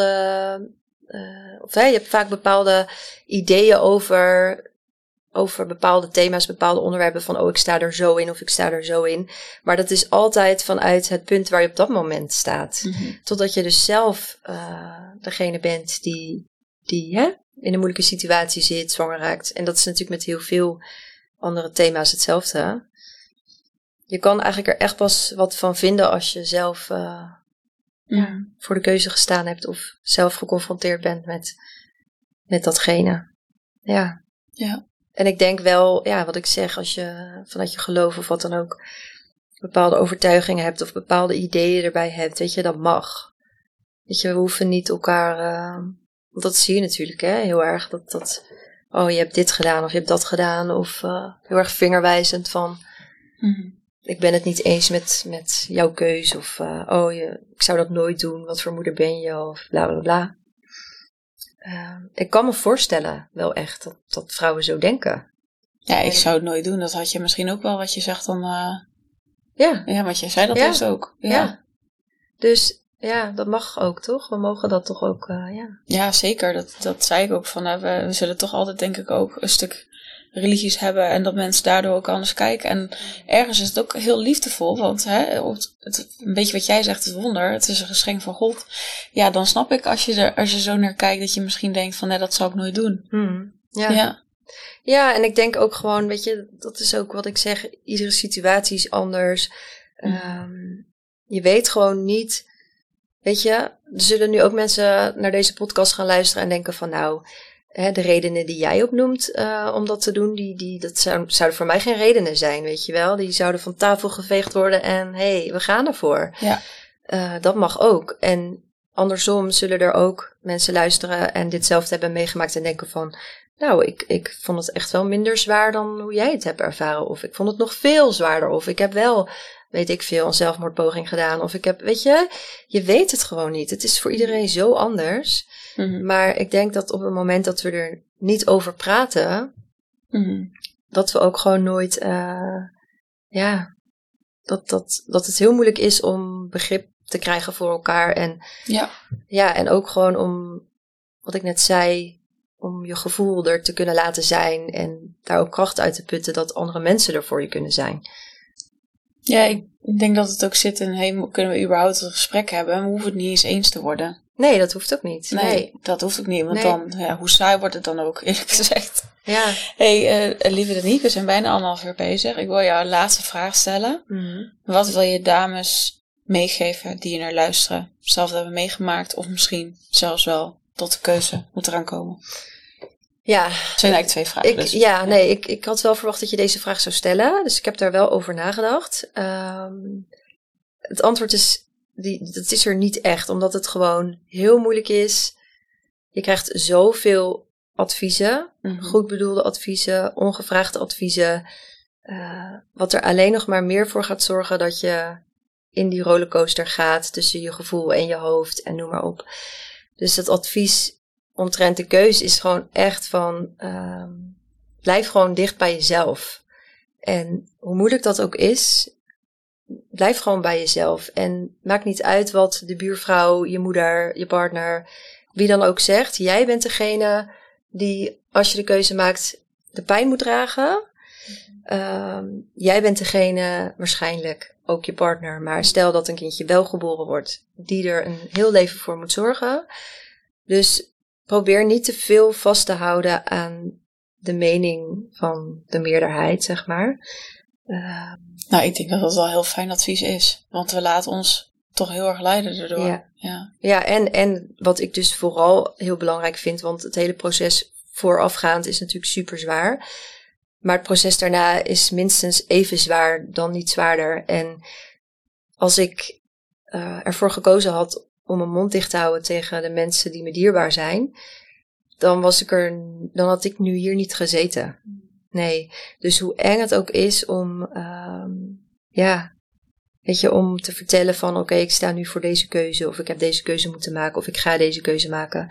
uh, of hè, je hebt vaak bepaalde ideeën over, over bepaalde thema's, bepaalde onderwerpen van, oh, ik sta er zo in of ik sta er zo in. Maar dat is altijd vanuit het punt waar je op dat moment staat. Mm-hmm. Totdat je dus zelf uh, degene bent die, die hè, in een moeilijke situatie zit, zwanger raakt. En dat is natuurlijk met heel veel andere thema's hetzelfde. Je kan eigenlijk er echt pas wat van vinden als je zelf uh, mm. ja, voor de keuze gestaan hebt of zelf geconfronteerd bent met, met datgene. Ja. Ja. En ik denk wel, ja, wat ik zeg, als je vanuit je geloof of wat dan ook bepaalde overtuigingen hebt of bepaalde ideeën erbij hebt, weet je, dat mag. Weet je, we hoeven niet elkaar, uh, want dat zie je natuurlijk, hè, heel erg, dat, dat, oh, je hebt dit gedaan of je hebt dat gedaan, of uh, heel erg vingerwijzend van, mm-hmm. Ik ben het niet eens met, met jouw keus. Of, uh, oh, je, ik zou dat nooit doen. Wat voor moeder ben je? Of bla, bla, bla. Uh, ik kan me voorstellen, wel echt, dat, dat vrouwen zo denken. Ja, ik zou het nooit doen. Dat had je misschien ook wel wat je zegt dan. Uh... Ja. Ja, want jij zei dat ja. dus ook. Ja. ja. Dus ja, dat mag ook, toch? We mogen dat toch ook, uh, ja. Ja, zeker. Dat, dat zei ik ook. Van, uh, we, we zullen toch altijd, denk ik, ook een stuk religies hebben en dat mensen daardoor ook anders kijken. En ergens is het ook heel liefdevol, want hè, het, het, een beetje wat jij zegt, het wonder, het is een geschenk van God. Ja, dan snap ik als je er als je zo naar kijkt dat je misschien denkt van nee, dat zou ik nooit doen. Hmm. Ja. ja. Ja, en ik denk ook gewoon, weet je, dat is ook wat ik zeg, iedere situatie is anders. Hmm. Um, je weet gewoon niet, weet je, er zullen nu ook mensen naar deze podcast gaan luisteren en denken van nou, Hè, de redenen die jij opnoemt uh, om dat te doen, die, die, dat zou, zouden voor mij geen redenen zijn, weet je wel. Die zouden van tafel geveegd worden en hé, hey, we gaan ervoor. Ja. Uh, dat mag ook. En andersom zullen er ook mensen luisteren en dit zelf hebben meegemaakt en denken van, nou, ik, ik vond het echt wel minder zwaar dan hoe jij het hebt ervaren. Of ik vond het nog veel zwaarder. Of ik heb wel, weet ik veel, een zelfmoordpoging gedaan. Of ik heb, weet je, je weet het gewoon niet. Het is voor iedereen zo anders. Mm-hmm. Maar ik denk dat op het moment dat we er niet over praten, mm-hmm. dat we ook gewoon nooit, uh, ja, dat, dat, dat het heel moeilijk is om begrip te krijgen voor elkaar. En, ja. Ja, en ook gewoon om, wat ik net zei, om je gevoel er te kunnen laten zijn en daar ook kracht uit te putten dat andere mensen er voor je kunnen zijn. Ja, ik denk dat het ook zit in, hey, kunnen we überhaupt een gesprek hebben? We hoeven het niet eens eens te worden. Nee, dat hoeft ook niet. Nee, nee. dat hoeft ook niet, want nee. dan, ja, hoe saai wordt het dan ook, eerlijk gezegd. Ja. Hey, uh, lieve Danique, we zijn bijna anderhalf uur bezig. Ik wil jou een laatste vraag stellen. Mm-hmm. Wat wil je dames meegeven die je naar luisteren, zelf hebben meegemaakt of misschien zelfs wel tot de keuze moet eraan komen? Ja. Dat zijn eigenlijk twee vragen. Ik, dus. Ja, nee, ik, ik had wel verwacht dat je deze vraag zou stellen. Dus ik heb daar wel over nagedacht. Um, het antwoord is, die, dat is er niet echt. Omdat het gewoon heel moeilijk is. Je krijgt zoveel adviezen. Mm-hmm. Goed bedoelde adviezen. Ongevraagde adviezen. Uh, wat er alleen nog maar meer voor gaat zorgen dat je in die rollercoaster gaat. Tussen je gevoel en je hoofd en noem maar op. Dus het advies omtrent de keus is gewoon echt van, um, blijf gewoon dicht bij jezelf. En hoe moeilijk dat ook is, blijf gewoon bij jezelf. En maakt niet uit wat de buurvrouw, je moeder, je partner, wie dan ook zegt. Jij bent degene die, als je de keuze maakt, de pijn moet dragen. Um, jij bent degene, waarschijnlijk ook je partner, maar stel dat een kindje wel geboren wordt, die er een heel leven voor moet zorgen. Dus probeer niet te veel vast te houden aan de mening van de meerderheid, zeg maar. Uh, nou, ik denk dat dat wel heel fijn advies is. Want we laten ons toch heel erg leiden erdoor. Ja, ja. ja en, en wat ik dus vooral heel belangrijk vind, want het hele proces voorafgaand is natuurlijk super zwaar. Maar het proces daarna is minstens even zwaar dan niet zwaarder. En als ik uh, ervoor gekozen had om mijn mond dicht te houden tegen de mensen die me dierbaar zijn, dan was ik er, dan had ik nu hier niet gezeten. Nee. Dus hoe eng het ook is om, um, ja, weet je, om te vertellen van, oké, okay, ik sta nu voor deze keuze, of ik heb deze keuze moeten maken, of ik ga deze keuze maken.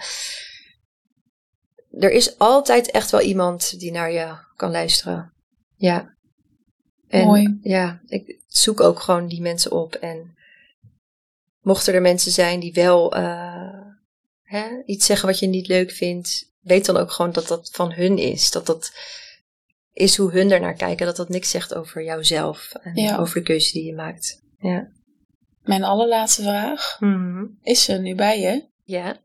Er is altijd echt wel iemand die naar je kan luisteren. Ja. En mooi. Ja, ik zoek ook gewoon die mensen op. En mochten er mensen zijn die wel uh, hè, iets zeggen wat je niet leuk vindt, weet dan ook gewoon dat dat van hun is. Dat dat is hoe hun ernaar kijken. Dat dat niks zegt over jouzelf en ja. over de keuze die je maakt. Ja. Mijn allerlaatste vraag. Mm-hmm. Is ze nu bij je? Ja.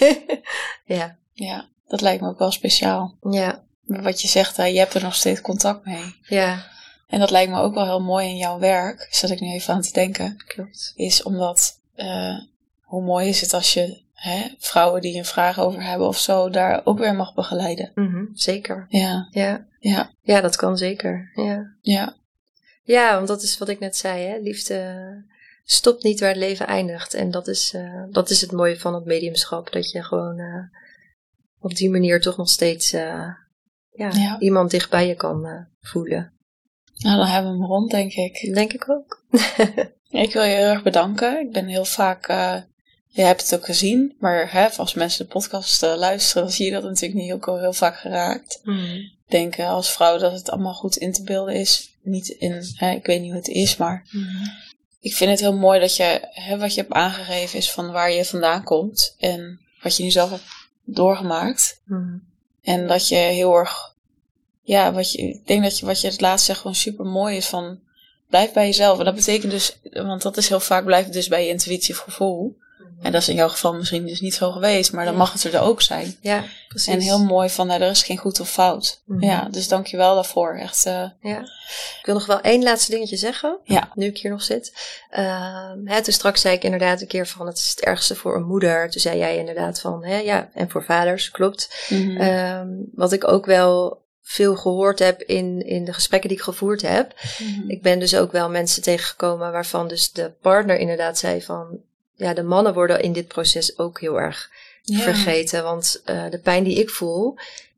ja. Ja, dat lijkt me ook wel speciaal. Ja. Maar wat je zegt, je hebt er nog steeds contact mee. Ja. En dat lijkt me ook wel heel mooi in jouw werk. Zat ik nu even aan te denken. Klopt. Is omdat, uh, hoe mooi is het als je hè, vrouwen die een vraag over hebben of zo, daar ook weer mag begeleiden. Mm-hmm, zeker. Ja. Ja. Ja. Ja, dat kan zeker. Ja. Ja. Ja, want dat is wat ik net zei, hè. Liefde stopt niet waar het leven eindigt. En dat is, uh, dat is het mooie van het mediumschap. Dat je gewoon uh, op die manier toch nog steeds uh, ja, ja. iemand dicht bij je kan uh, voelen. Nou, dan hebben we hem rond, denk ik. Denk ik ook. Ik wil je heel erg bedanken. Ik ben heel vaak, uh, je hebt het ook gezien, maar hè, als mensen de podcast uh, luisteren, dan zie je dat natuurlijk niet heel, heel vaak geraakt. Mm. Ik denk uh, als vrouw dat het allemaal goed in te beelden is. Niet in, hè, ik weet niet hoe het is, maar mm. ik vind het heel mooi dat je, hè, wat je hebt aangegeven is van waar je vandaan komt en wat je nu zelf hebt doorgemaakt. Mm. En dat je heel erg, ja, wat je, ik denk dat je wat je het laatst zegt gewoon super mooi is van blijf bij jezelf. En dat betekent dus, want dat is heel vaak blijf dus bij je intuïtie of gevoel. Mm-hmm. En dat is in jouw geval misschien dus niet zo geweest, maar dan ja. mag het er ook zijn. Ja, precies. En heel mooi van, nou, er is geen goed of fout. Mm-hmm. Ja, dus dank je wel daarvoor. Echt. Uh... Ja. Ik wil nog wel één laatste dingetje zeggen, ja. nu ik hier nog zit. Uh, hè, toen straks zei ik inderdaad een keer van, het is het ergste voor een moeder. Toen zei jij inderdaad van, hè, ja, en voor vaders, klopt. Mm-hmm. Um, wat ik ook wel veel gehoord heb in, in de gesprekken die ik gevoerd heb. Mm-hmm. Ik ben dus ook wel mensen tegengekomen waarvan dus de partner inderdaad zei van, ja, de mannen worden in dit proces ook heel erg ja. vergeten. Want uh, de pijn die ik voel,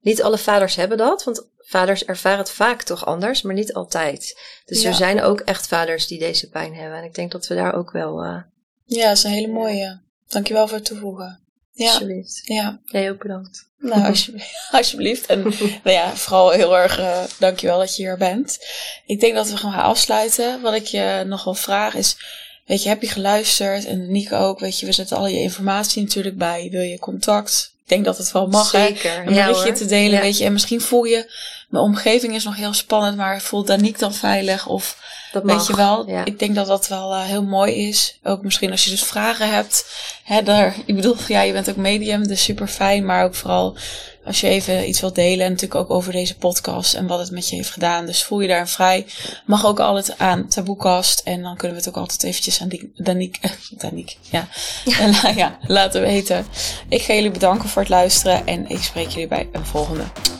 niet alle vaders hebben dat, want vaders ervaren het vaak toch anders, maar niet altijd. Dus Ja. er zijn ook echt vaders die deze pijn hebben. En ik denk dat we daar ook wel... Uh, ja, dat is een hele mooie. Dankjewel voor het toevoegen. Ja, alsjeblieft. ja. Jij ook bedankt. Nou, alsjeblieft. alsjeblieft. En nou ja, vooral heel erg uh, dankjewel dat je hier bent. Ik denk dat we gaan afsluiten. Wat ik je nog wil vragen is, weet je, heb je geluisterd? En Nieke ook, weet je, we zetten al je informatie natuurlijk bij. Wil je contact? Ik denk dat het wel mag, Zeker. hè? Een ja, berichtje hoor. te delen, ja. weet je. En misschien voel je, mijn omgeving is nog heel spannend, maar voelt Danique dan veilig? Of Dat mag. weet je wel, ja. ik denk dat dat wel uh, heel mooi is. Ook misschien als je dus vragen hebt. Hè, daar, ik bedoel, ja, je bent ook medium, dus super fijn. Maar ook vooral als je even iets wilt delen. En natuurlijk ook over deze podcast en wat het met je heeft gedaan. Dus voel je daar vrij. Mag ook altijd aan Taboekast. En dan kunnen we het ook altijd eventjes aan Danique, eh, Danique ja, en, ja, laten weten. Ik ga jullie bedanken voor het luisteren. En ik spreek jullie bij een volgende